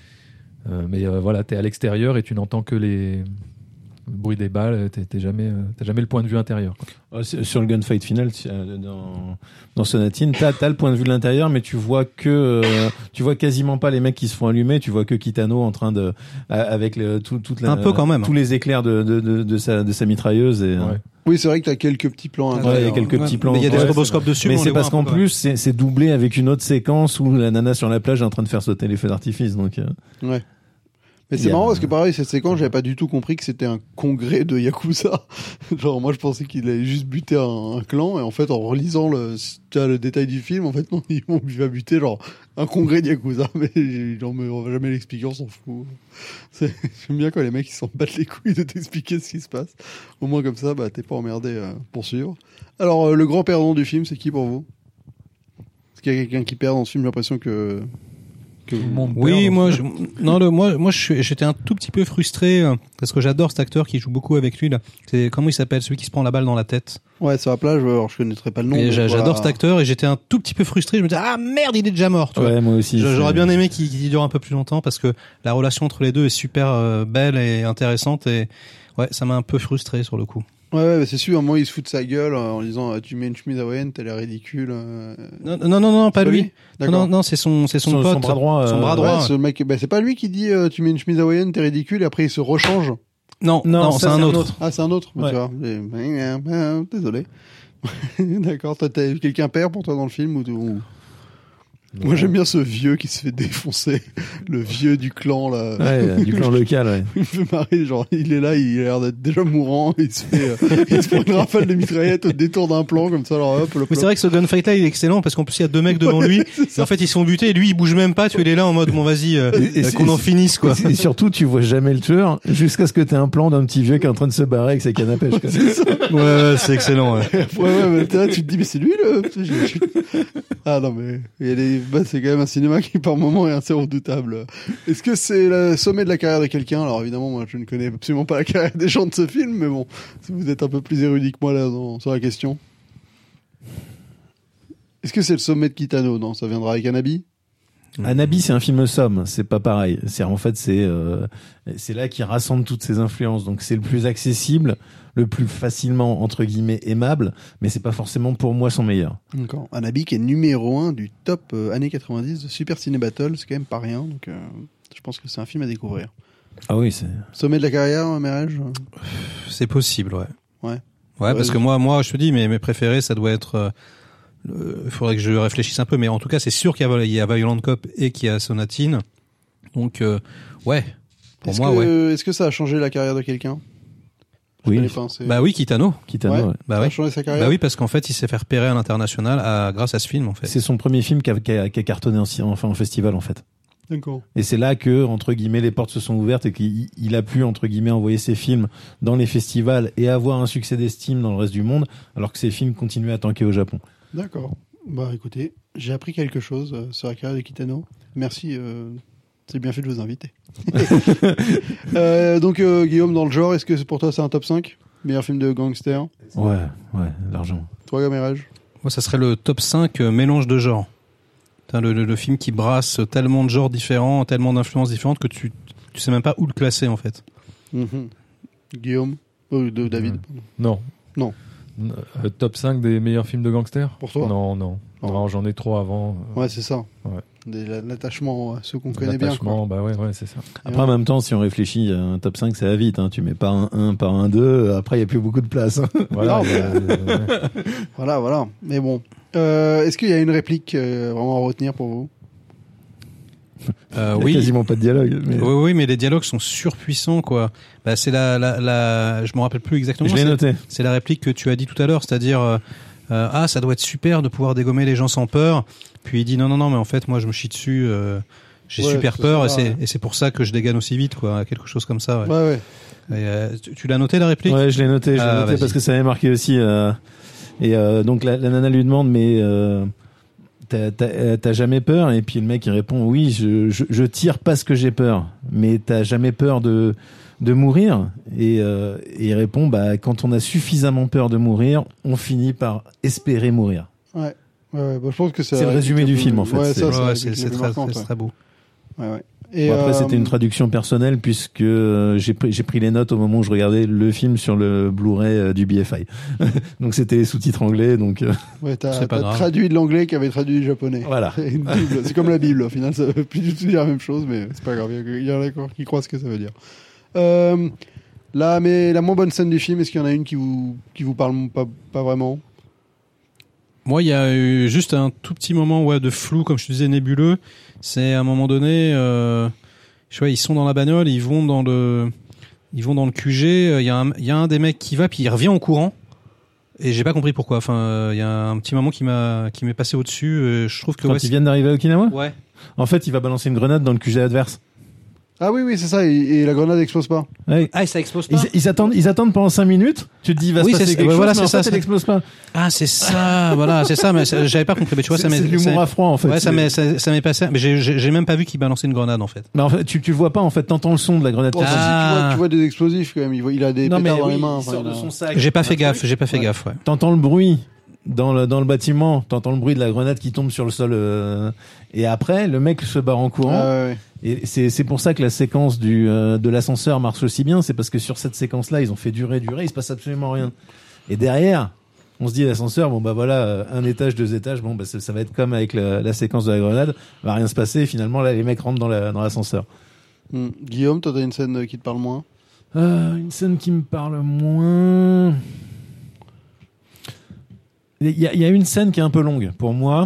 euh, mais euh, voilà, t'es à l'extérieur et tu n'entends que les le bruit des balles. T'es, t'es jamais, euh, t'as jamais le point de vue intérieur, quoi. Euh, sur sur le gunfight final tu- euh, dans, dans Sonatine, t'as, t'as le point de vue de l'intérieur, mais tu vois que euh, tu vois quasiment pas les mecs qui se font allumer. Tu vois que Kitano en train de euh, avec le, tout, toute la, Un peu quand même. tous les éclairs de de, de, de sa de sa mitrailleuse et euh, Ouais. Oui, c'est vrai que t'as quelques petits plans. à ouais, il y a l'intérieur. quelques petits plans. Mais il y a des Ouais, stroboscopes dessus. mais on c'est les voit parce un qu'en peu, ouais. plus c'est, c'est doublé avec une autre séquence où la nana sur la plage est en train de faire sauter les feux d'artifice. Donc euh, Ouais. Mais Il c'est y a- marrant parce que pareil, cette séquence, j'avais pas du tout compris que c'était un congrès de Yakuza. Genre, moi, je pensais qu'il allait juste buter un, un clan, et en fait, en relisant le, tu vois, le détail du film, en fait, non, ils vont, il va buter, genre, un congrès de Yakuza. Mais genre, mais on va jamais l'expliquer, on s'en fout. C'est, j'aime bien quand les mecs, ils s'en battent les couilles de t'expliquer ce qui se passe. Au moins, comme ça, bah, t'es pas emmerdé euh, pour suivre. Alors, euh, le grand perdant du film, c'est qui pour vous? Est-ce qu'il y a quelqu'un qui perd dans ce film? J'ai l'impression que... que Tout le monde Oui, perd, moi, je, non, le, moi, moi, je suis- j'étais un tout petit peu frustré euh, parce que j'adore cet acteur qui joue beaucoup avec lui là. C'est comment il s'appelle, celui qui se prend la balle dans la tête. Ouais, sur la plage, alors je connaîtrais pas le nom. Et mais j'a- voilà. j'adore cet acteur et j'étais un tout petit peu frustré. Je me disais ah merde, il est déjà mort. Tu vois. ouais, moi aussi. Je- c'est- J'aurais bien aimé qu'il qu'il dure un peu plus longtemps parce que la relation entre les deux est super euh, belle et intéressante et ouais, ça m'a un peu frustré sur le coup. Ouais, ouais, bah, c'est sûr, à un moment, il se fout de sa gueule euh, en disant euh, tu mets une chemise hawaïenne, t'as l'air ridicule. euh. Non, non, non, non, pas C'est pas lui. lui D'accord. Non, non, c'est son, c'est son, son, pote, son bras droit. son euh, bras Ouais, droit. ce mec, bah, c'est pas lui qui dit euh, tu mets une chemise hawaïenne, t'es ridicule, et après il se rechange. Non, Non, non, ça, c'est un autre. Ah, c'est un autre, bah, Ouais. tu vois. Et- Désolé. D'accord, toi, t'as quelqu'un perd pour toi dans le film ou, ou... Moi j'aime bien ce vieux qui se fait défoncer, le vieux du clan là. Ouais, du clan local, ouais. Il me fait marrer, genre il est là, il a l'air d'être déjà mourant, il se fait, euh, il se prend une rafale de mitraillette au détour d'un plan comme ça, alors hop, le Mais c'est vrai que ce gunfight là il est excellent parce qu'en plus il y a deux mecs devant lui et en fait ils se font buter et lui il bouge même pas, tu vois, il est là en mode bon vas-y euh, Et- et euh, c'est- qu'on en finisse quoi. Et surtout, tu vois jamais le tueur jusqu'à ce que t'aies un plan d'un petit vieux qui est en train de se barrer avec sa canne à pêche. quoi. Ouais, ouais c'est excellent. Ouais. ouais, ouais, mais t'es là, tu te dis, mais c'est lui, le. J'ai- j'ai- Ah non, mais il y a des... bah, c'est quand même un cinéma qui, par moment, est assez redoutable. Est-ce que c'est le sommet de la carrière de quelqu'un? Alors, évidemment, moi, je ne connais absolument pas la carrière des gens de ce film, mais bon, si vous êtes un peu plus érudit que moi, là, dans- sur la question. Est-ce que c'est le sommet de Kitano? Non, ça viendra avec Anabi? Anabi, c'est un film somme, c'est pas pareil. C'est en fait c'est euh, c'est là qui rassemble toutes ces influences. Donc c'est le plus accessible, le plus facilement entre guillemets aimable, mais c'est pas forcément pour moi son meilleur. D'accord. Anabi qui est numéro un du top euh, années quatre-vingt-dix de Super Ciné Battle, c'est quand même pas rien, donc euh, je pense que c'est un film à découvrir. Ah oui, c'est Sommet de la carrière, Mérège? C'est possible, ouais. Ouais. Ouais, parce Ouais, que moi, moi, je te dis, mes, mes préférés, ça doit être. Il euh, faudrait que je réfléchisse un peu, mais en tout cas, c'est sûr qu'il y a, il y a Violent Cop et qu'il y a Sonatine. Donc, euh, ouais. Pour Est-ce moi, que, ouais. Est-ce que ça a changé la carrière de quelqu'un? Je oui, connais pas, c'est- Bah oui, Kitano. Kitano. Ouais. ouais. Bah ça a oui. changé sa carrière? Bah oui, parce qu'en fait, il s'est fait repérer à l'international à, grâce à ce film, en fait. C'est son premier film qui a, qui a, qui a cartonné en, enfin en festival en fait. D'accord. Et c'est là que, entre guillemets, les portes se sont ouvertes et qu'il il a pu, entre guillemets, envoyer ses films dans les festivals et avoir un succès d'estime dans le reste du monde, alors que ses films continuaient à tanker au Japon. D'accord. Bah écoutez, j'ai appris quelque chose euh, sur la carrière de Kitano. Merci, euh, c'est bien fait de vous inviter. euh, donc euh, Guillaume, dans le genre, est-ce que c'est- pour toi c'est un top cinq? Meilleur film de gangster? Ouais, ouais, largement. Toi, Gamérage? Moi, ça serait le top cinq euh, mélange de genres. Putain, Le, le, le film qui brasse tellement de genres différents, tellement d'influences différentes que tu, tu sais même pas où le classer, en fait. Mhm. Guillaume? Euh, de David? Mhm. Non. Non. Euh, top cinq des meilleurs films de gangsters? Pour toi? Non, non. Non. Non, j'en ai trop avant. Ouais, c'est ça. Ouais. Des- L'attachement à ceux qu'on connaît bien. L'attachement, bah ouais, ouais, c'est ça. Après, en même temps, si on réfléchit, un top cinq, ça va vite. Hein. Tu mets pas un un par un deux, après, il n'y a plus beaucoup de place. Hein. Voilà. Non, il y a- ouais. Voilà, voilà. Mais bon. Euh, est-ce qu'il y a une réplique euh, vraiment à retenir pour vous? Euh, Il y a oui. quasiment pas de dialogue. Mais... Oui, oui, mais les dialogues sont surpuissants, quoi. Bah, c'est la, la, la, je me rappelle plus exactement. Je l'ai c'est- noté. C'est la réplique que tu as dit tout à l'heure, c'est-à-dire, euh, euh, ah ça doit être super de pouvoir dégommer les gens sans peur. Puis il dit non non non mais en fait moi je me chie dessus, euh, j'ai Ouais, super c'est peur ça, et c'est ouais. et c'est pour ça que je dégaine aussi vite quoi, quelque chose comme ça. Ouais. Ouais, ouais. Et, euh, tu, tu l'as noté la réplique? Ouais, je l'ai noté, je l'ai Ah, noté vas-y. parce que ça m'avait marqué aussi. Euh, et euh, donc la, la nana lui demande, mais euh, t'as, t'as, t'as jamais peur? Et puis le mec il répond, oui, je, je, je tire parce que j'ai peur, mais t'as jamais peur de de mourir? Et, euh, et il répond, bah quand on a suffisamment peur de mourir, on finit par espérer mourir. Ouais. Ouais, ouais. Bah, je pense que c'est. C'est le résumé du film, en fait. Ouais, C'est- ça, Ouais, c'est, ouais, c'est, c'est très, marquante, très, ouais. très beau. Ouais, ouais. Et Bon, après, euh, c'était une traduction personnelle puisque euh, j'ai pris, j'ai pris les notes au moment où je regardais le film sur le Blu-ray euh, du B F I. Donc c'était les sous-titres anglais. Donc euh, Ouais, t'as, C'est pas t'as grave. traduit de l'anglais qui avait traduit du japonais. voilà. C'est une Bible. C'est comme la Bible, au final, ça veut plus du tout dire la même chose, mais c'est pas grave. Il y en a encore qui croient ce que ça veut dire. Euh, là, mais la moins bonne scène du film, est-ce qu'il y en a une qui vous, qui vous parle pas, pas vraiment? Moi, il y a eu juste un tout petit moment ouais, de flou, comme je te disais, nébuleux. C'est à un moment donné, euh, je vois, ils sont dans la bagnole, ils vont dans le, ils vont dans le Q G. Il y a un, il y a un des mecs qui va, puis il revient en courant. Et j'ai pas compris pourquoi. Enfin, euh, il y a un petit moment qui m'a, qui m'est passé au-dessus. Euh, je trouve que Quand ouais, ils c'est- viennent d'arriver à Okinawa, ouais. en fait, il va balancer une grenade dans le Q G adverse. Ah oui, oui, c'est ça, et, et la grenade explose pas. Ouais. Ah, et ça explose Ils, pas. ils attendent, ils attendent pendant cinq minutes. Tu te dis, il va Oui, se passer c'est- quelque ouais, chose, voilà, mais c'est en ça, fait, c'est- elle explose pas. Ah, c'est ça, voilà, c'est ça. Mais ça- j'avais pas compris. Mais tu vois, C'est ça m'est, c'est de ça l'humour m'est- à froid, en fait. ouais, ça C'est- m'est, ça, ça m'est passé. Mais j'ai, j'ai, j'ai même pas vu qu'il balançait une grenade en fait. Mais en fait, tu, tu le vois pas, en fait. T'entends le son de la grenade. Bon, qui si, si, passe. Ah. tu, vois, tu vois des explosifs quand même. Il, voit- il a des Non, mais pétards dans oui, les mains. il enfin, sort il de a- son sac. J'ai pas fait Un gaffe. truc. J'ai pas fait Ouais. gaffe. Ouais. T'entends le bruit dans le dans le bâtiment. T'entends le bruit de la grenade qui tombe sur le sol. euh, et après, le mec se barre en courant. Ah, ouais, ouais. Et c'est c'est pour ça que la séquence du euh, de l'ascenseur marche aussi bien, c'est parce que sur cette séquence-là, ils ont fait durer, durer, il se passe absolument rien. Et derrière, on se dit l'ascenseur, bon bah voilà, euh, un étage, deux étages, bon bah ça, ça va être comme avec la, la séquence de la grenade, va rien se passer. Et finalement, là, les mecs rentrent dans la dans l'ascenseur. Hmm. Guillaume, toi, t'as une scène qui te parle moins? Euh, une scène qui me parle moins. Il y a, il y a une scène qui est un peu longue pour moi.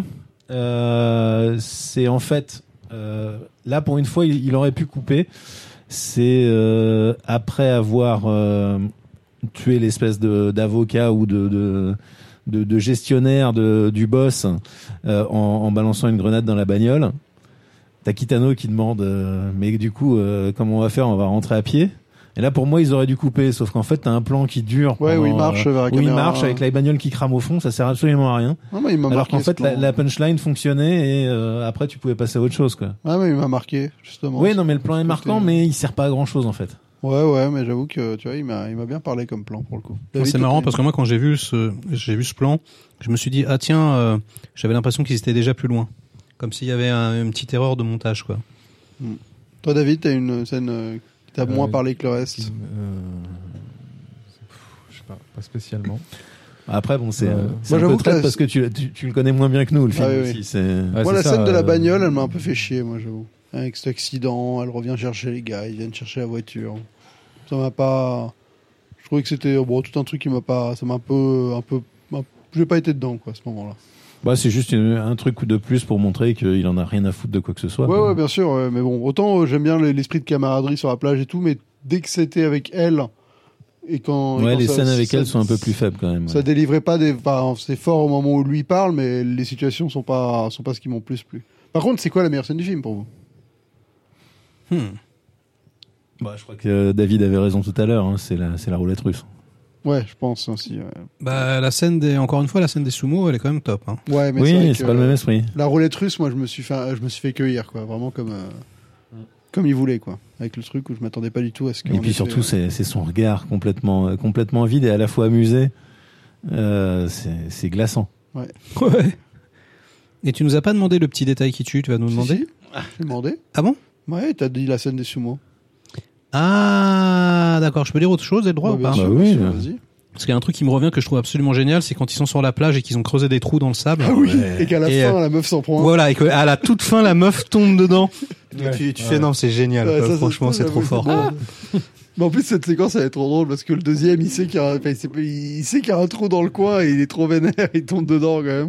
Euh, c'est en fait euh, là pour une fois, il, il aurait pu couper. C'est euh, après avoir euh, tué l'espèce de d'avocat ou de de, de, de gestionnaire de, du boss euh, en, en balançant une grenade dans la bagnole. T'as Kitano qui demande euh, mais du coup euh, comment on va faire? On va rentrer à pied. Et là, pour moi, ils auraient dû couper, sauf qu'en fait, t'as un plan qui dure. Ouais, pendant, où il marche euh, vers la où il caméra. marche avec la bagnole qui crame au fond, ça sert absolument à rien. Ah, mais il m'a Alors marqué, qu'en ce fait, la, plan. la punchline fonctionnait et euh, après, tu pouvais passer à autre chose, quoi. Ah, mais il m'a marqué, justement. Oui, non, mais le plan est marquant, C'était- mais il sert pas à grand chose, en fait. Ouais, ouais, mais j'avoue que, tu vois, il m'a, il m'a bien parlé comme plan, pour le coup. Moi, David, c'est toi, marrant t'as- parce que moi, quand j'ai vu ce, j'ai vu ce plan, je me suis dit ah tiens, euh, j'avais l'impression qu'ils étaient déjà plus loin, comme s'il y avait un, une petite erreur de montage quoi. Toi, David, t'as une scène euh, qui t'a Euh, moins parlé que le reste? Qui- euh, je sais pas, pas spécialement. Après, bon, c'est Euh, euh, c'est moi, un j'avoue peu que traite la- parce que tu, tu, tu le connais moins bien que nous, le film Ah oui, aussi. oui. C'est... Ouais, Moi, c'est la ça, scène de la euh, bagnole, elle m'a un peu fait chier, moi, j'avoue. Avec cet accident, elle revient chercher les gars, ils viennent chercher la voiture. Ça m'a pas. Je trouvais que c'était bon, tout un truc qui m'a pas. Ça m'a un peu. Un peu... un- J'ai pas été dedans, quoi, à ce moment-là. Bah, c'est juste une- un truc de plus pour montrer qu'il en a rien à foutre de quoi que ce soit. Ouais, quoi. ouais, bien sûr, ouais, mais bon, autant euh, j'aime bien l'esprit de camaraderie sur la plage et tout, mais dès que c'était avec elle, et quand. et Ouais, quand les ça- scènes avec ça- elle sont un peu plus faibles quand même. Ça ouais. délivrait pas des. Enfin, c'est fort au moment où lui parle, mais les situations sont pas, sont pas ce qui m'ont plus plu. Par contre, c'est quoi la meilleure scène du film pour vous? Hmm. Bah, je crois que euh, David avait raison tout à l'heure, hein, c'est la, c'est la roulette russe. Ouais, je pense aussi. Ouais, Bah la scène des, encore une fois, la scène des sumo, elle est quand même top. Hein. ouais mais c'est, vrai Oui, que, c'est pas le même esprit. La roulette russe, moi, je me suis fait, je me suis fait cueillir, quoi. Vraiment comme, euh, comme il voulait, quoi. Avec le truc où je m'attendais pas du tout à ce que. Et puis surtout, c'est, c'est son regard complètement, euh, complètement vide et à la fois amusé. Euh, c'est, c'est glaçant. Ouais. Et tu nous as pas demandé le petit détail qui tue, tu vas nous demander? Si, si. J'ai demandé. Ah bon? Ouais, t'as dit la scène des sumo. Ah d'accord, je peux dire autre chose, j'ai le droit Bah, ou bien pas? sûr, Bah bien oui, sûr, bah. vas-y. Parce qu'il y a un truc qui me revient que je trouve absolument génial, c'est quand ils sont sur la plage et qu'ils ont creusé des trous dans le sable. Ah oui, Ouais. et qu'à la Et, fin, euh, la meuf s'en prend un. Voilà, et qu'à la toute fin, la meuf tombe dedans. Ouais. Tu, tu Ouais. fais non, c'est génial. Ouais, quoi. ça, ça, Franchement, ça, c'est trop j'avoue, fort. bon. Mais en plus, cette séquence, elle est trop drôle parce que le deuxième, il sait qu'il y a, un... enfin, il sait, il sait qu'il y a un trou dans le coin et il est trop vénère, il tombe dedans quand même.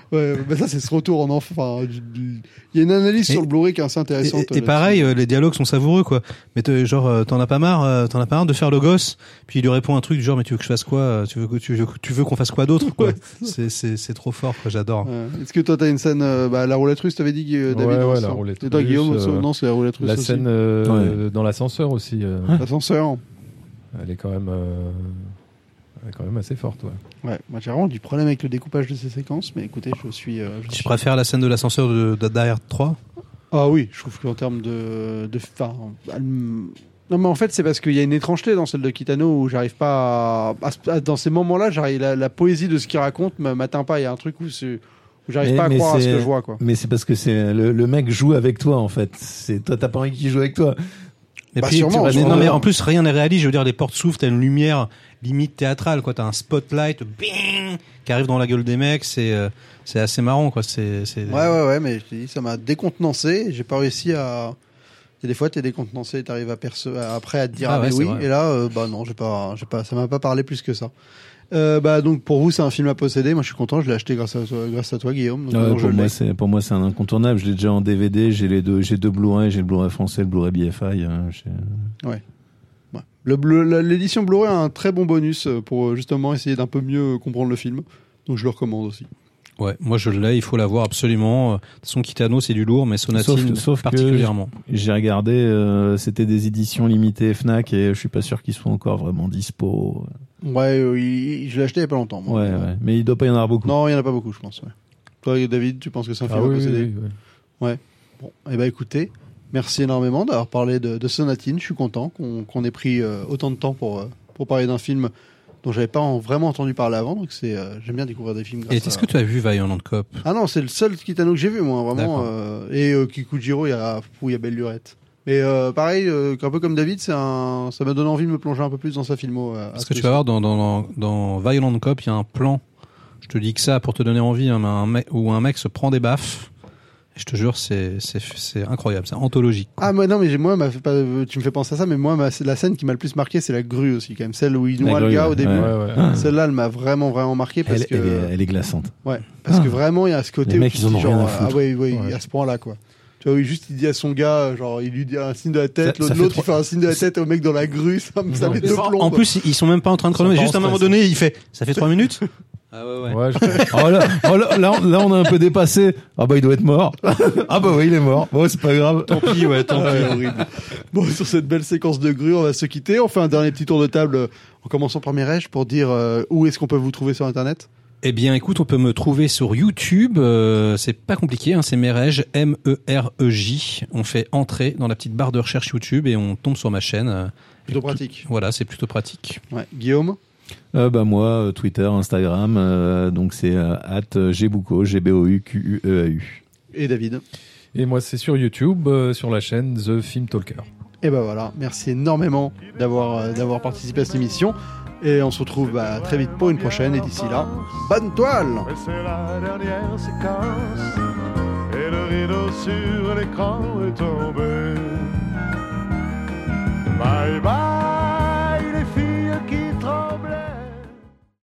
Ouais, bah ça c'est ce retour en enfant. Enfin, il y a une analyse et, sur le Blu-ray qui est assez intéressante. Et, et pareil, euh, les dialogues sont savoureux, quoi. Mais te, genre, euh, t'en as pas marre, euh, t'en as pas marre de faire le gosse. Puis il lui répond un truc du genre, mais tu veux que je fasse quoi? Tu veux que tu veux, tu veux qu'on fasse quoi d'autre, quoi? Ouais. C'est c'est c'est trop fort, quoi. J'adore. Ouais. Est-ce que toi t'as une scène, euh, bah la roulette russe, t'avais dit euh, David? Ouais, ouais, ça. la roulette Et toi russe, Guillaume, euh, non, c'est la roulette russe La aussi. scène euh, ouais. dans l'ascenseur aussi. Euh, L'ascenseur. Elle est quand même, euh, elle est quand même assez forte, ouais. Ouais, moi j'ai vraiment du problème avec le découpage de ces séquences, mais écoutez, je suis. Euh, je Tu suis... préfères la scène de l'ascenseur de, de Die Hard trois? Ah oui, je trouve qu'en termes de, de, enfin, elle... non mais en fait c'est parce qu'il y a une étrangeté dans celle de Kitano où j'arrive pas à, à, dans ces moments-là, j'arrive la, la poésie de ce qu'il raconte m'atteint pas. Il y a un truc où, c'est, où j'arrive mais, pas à croire à ce que je vois, quoi. Mais c'est parce que c'est le, le mec joue avec toi en fait. C'est toi, t'as pas envie qu'il joue avec toi. Et bah puis, sûrement, tu, sûrement. Non mais en plus rien n'est réaliste. Je veux dire, les portes s'ouvrent, t'as une lumière limite théâtrale, quoi. T'as un spotlight, bing, qui arrive dans la gueule des mecs. C'est euh, c'est assez marrant, quoi. C'est, c'est... Ouais ouais ouais, mais je te dis, ça m'a décontenancé. J'ai pas réussi à. Il y a des fois, t'es décontenancé, t'arrives à perce... après à te dire ah, ah ouais, mais oui. Vrai. Et là, euh, bah non, j'ai pas, j'ai pas, ça m'a pas parlé plus que ça. Euh, bah donc pour vous c'est un film à posséder. Moi je suis content, je l'ai acheté grâce à toi, grâce à toi Guillaume. Donc, ouais, pour moi c'est pour moi c'est un incontournable. Je l'ai déjà en D V D, j'ai les deux, j'ai deux Blu-ray, j'ai le Blu-ray français, le Blu-ray B F I. Hein, ouais. ouais. Le Blu- l'édition Blu-ray a un très bon bonus pour justement essayer d'un peu mieux comprendre le film. Donc je le recommande aussi. Ouais, moi je l'ai, il faut l'avoir absolument. De toute façon, Kitano c'est du lourd, mais Sonatine sauf, sauf particulièrement. J'ai regardé, euh, c'était des éditions limitées Fnac et je suis pas sûr qu'ils soient encore vraiment dispo. Ouais, euh, il, je l'ai acheté il y a pas longtemps. Moi. Ouais, ouais, mais il doit pas y en avoir beaucoup. Non, il y en a pas beaucoup, je pense. Ouais. Toi, David, tu penses que c'est un film ah, à oui, posséder? oui, oui, oui. Ouais. Bon, et eh ben écoutez, merci énormément d'avoir parlé de, de Sonatine. Je suis content qu'on, qu'on ait pris euh, autant de temps pour euh, pour parler d'un film dont j'avais pas en, vraiment entendu parler avant, donc c'est euh, j'aime bien découvrir des films. Et est-ce à... que tu as vu Violent Cop? Ah non, c'est le seul Kitano que j'ai vu moi, vraiment. Euh, et euh, Kikujiro, il y a où il y a Belle Lurette. Mais euh, pareil, euh, un peu comme David, c'est un, ça m'a donné envie de me plonger un peu plus dans sa filmo. Euh, Parce que tu vas voir dans dans dans Violent Cop, il y a un plan. Je te dis que ça pour te donner envie, hein, un mec où un mec se prend des baffes. Je te jure, c'est c'est c'est incroyable, c'est anthologique. Quoi. Ah moi non, mais j'ai, moi, m'a fait pas, tu me fais penser à ça, mais moi, ma, la scène qui m'a le plus marqué, c'est la grue aussi, quand même, celle où il noie le gars ouais. au début. Ouais, ouais, ouais. Celle-là, elle m'a vraiment vraiment marqué parce elle, que elle est, elle est glaçante. Ouais, parce ah. que vraiment, il y a ce côté les mecs, ils en ont rien à foutre. Ah ouais, ouais, ouais. à ce point-là, quoi. Tu vois, juste il dit à son gars, genre, il lui dit un signe de la tête, ça, l'autre, ça l'autre trois... il fait un signe de la tête au mec dans la grue, ça me ça met deux plombs. En plus, ils sont même pas en train de chronométrer, juste à un moment donné, il fait, ça fait trois minutes. Ah ouais, ouais. ouais je... oh là, oh là, là, on, là, on a un peu dépassé. Ah bah, il doit être mort. Ah bah oui, il est mort. Bon, c'est pas grave. Tant pis, ouais, tant pis. Ouais, horrible. Bon, sur cette belle séquence de grue, on va se quitter. On fait un dernier petit tour de table en commençant par Mireille pour dire euh, où est-ce qu'on peut vous trouver sur Internet. Eh bien, écoute, on peut me trouver sur YouTube. Euh, c'est pas compliqué, hein, c'est Merej, M E R E J. On fait entrer dans la petite barre de recherche YouTube et on tombe sur ma chaîne. Plutôt pratique. Voilà, c'est plutôt pratique. Ouais. Guillaume? Euh, bah moi, Twitter, Instagram, euh, donc c'est euh, at Gbouko, G B O U Q U E A U. Et David? Et moi, c'est sur YouTube, euh, sur la chaîne The Film Talker. Et ben voilà, merci énormément d'avoir euh, d'avoir participé à cette émission. Et on se retrouve bah, très vite pour une prochaine. Et d'ici là, bonne toile! Mais c'est la dernière séquence. Et le rideau sur l'écran est tombé.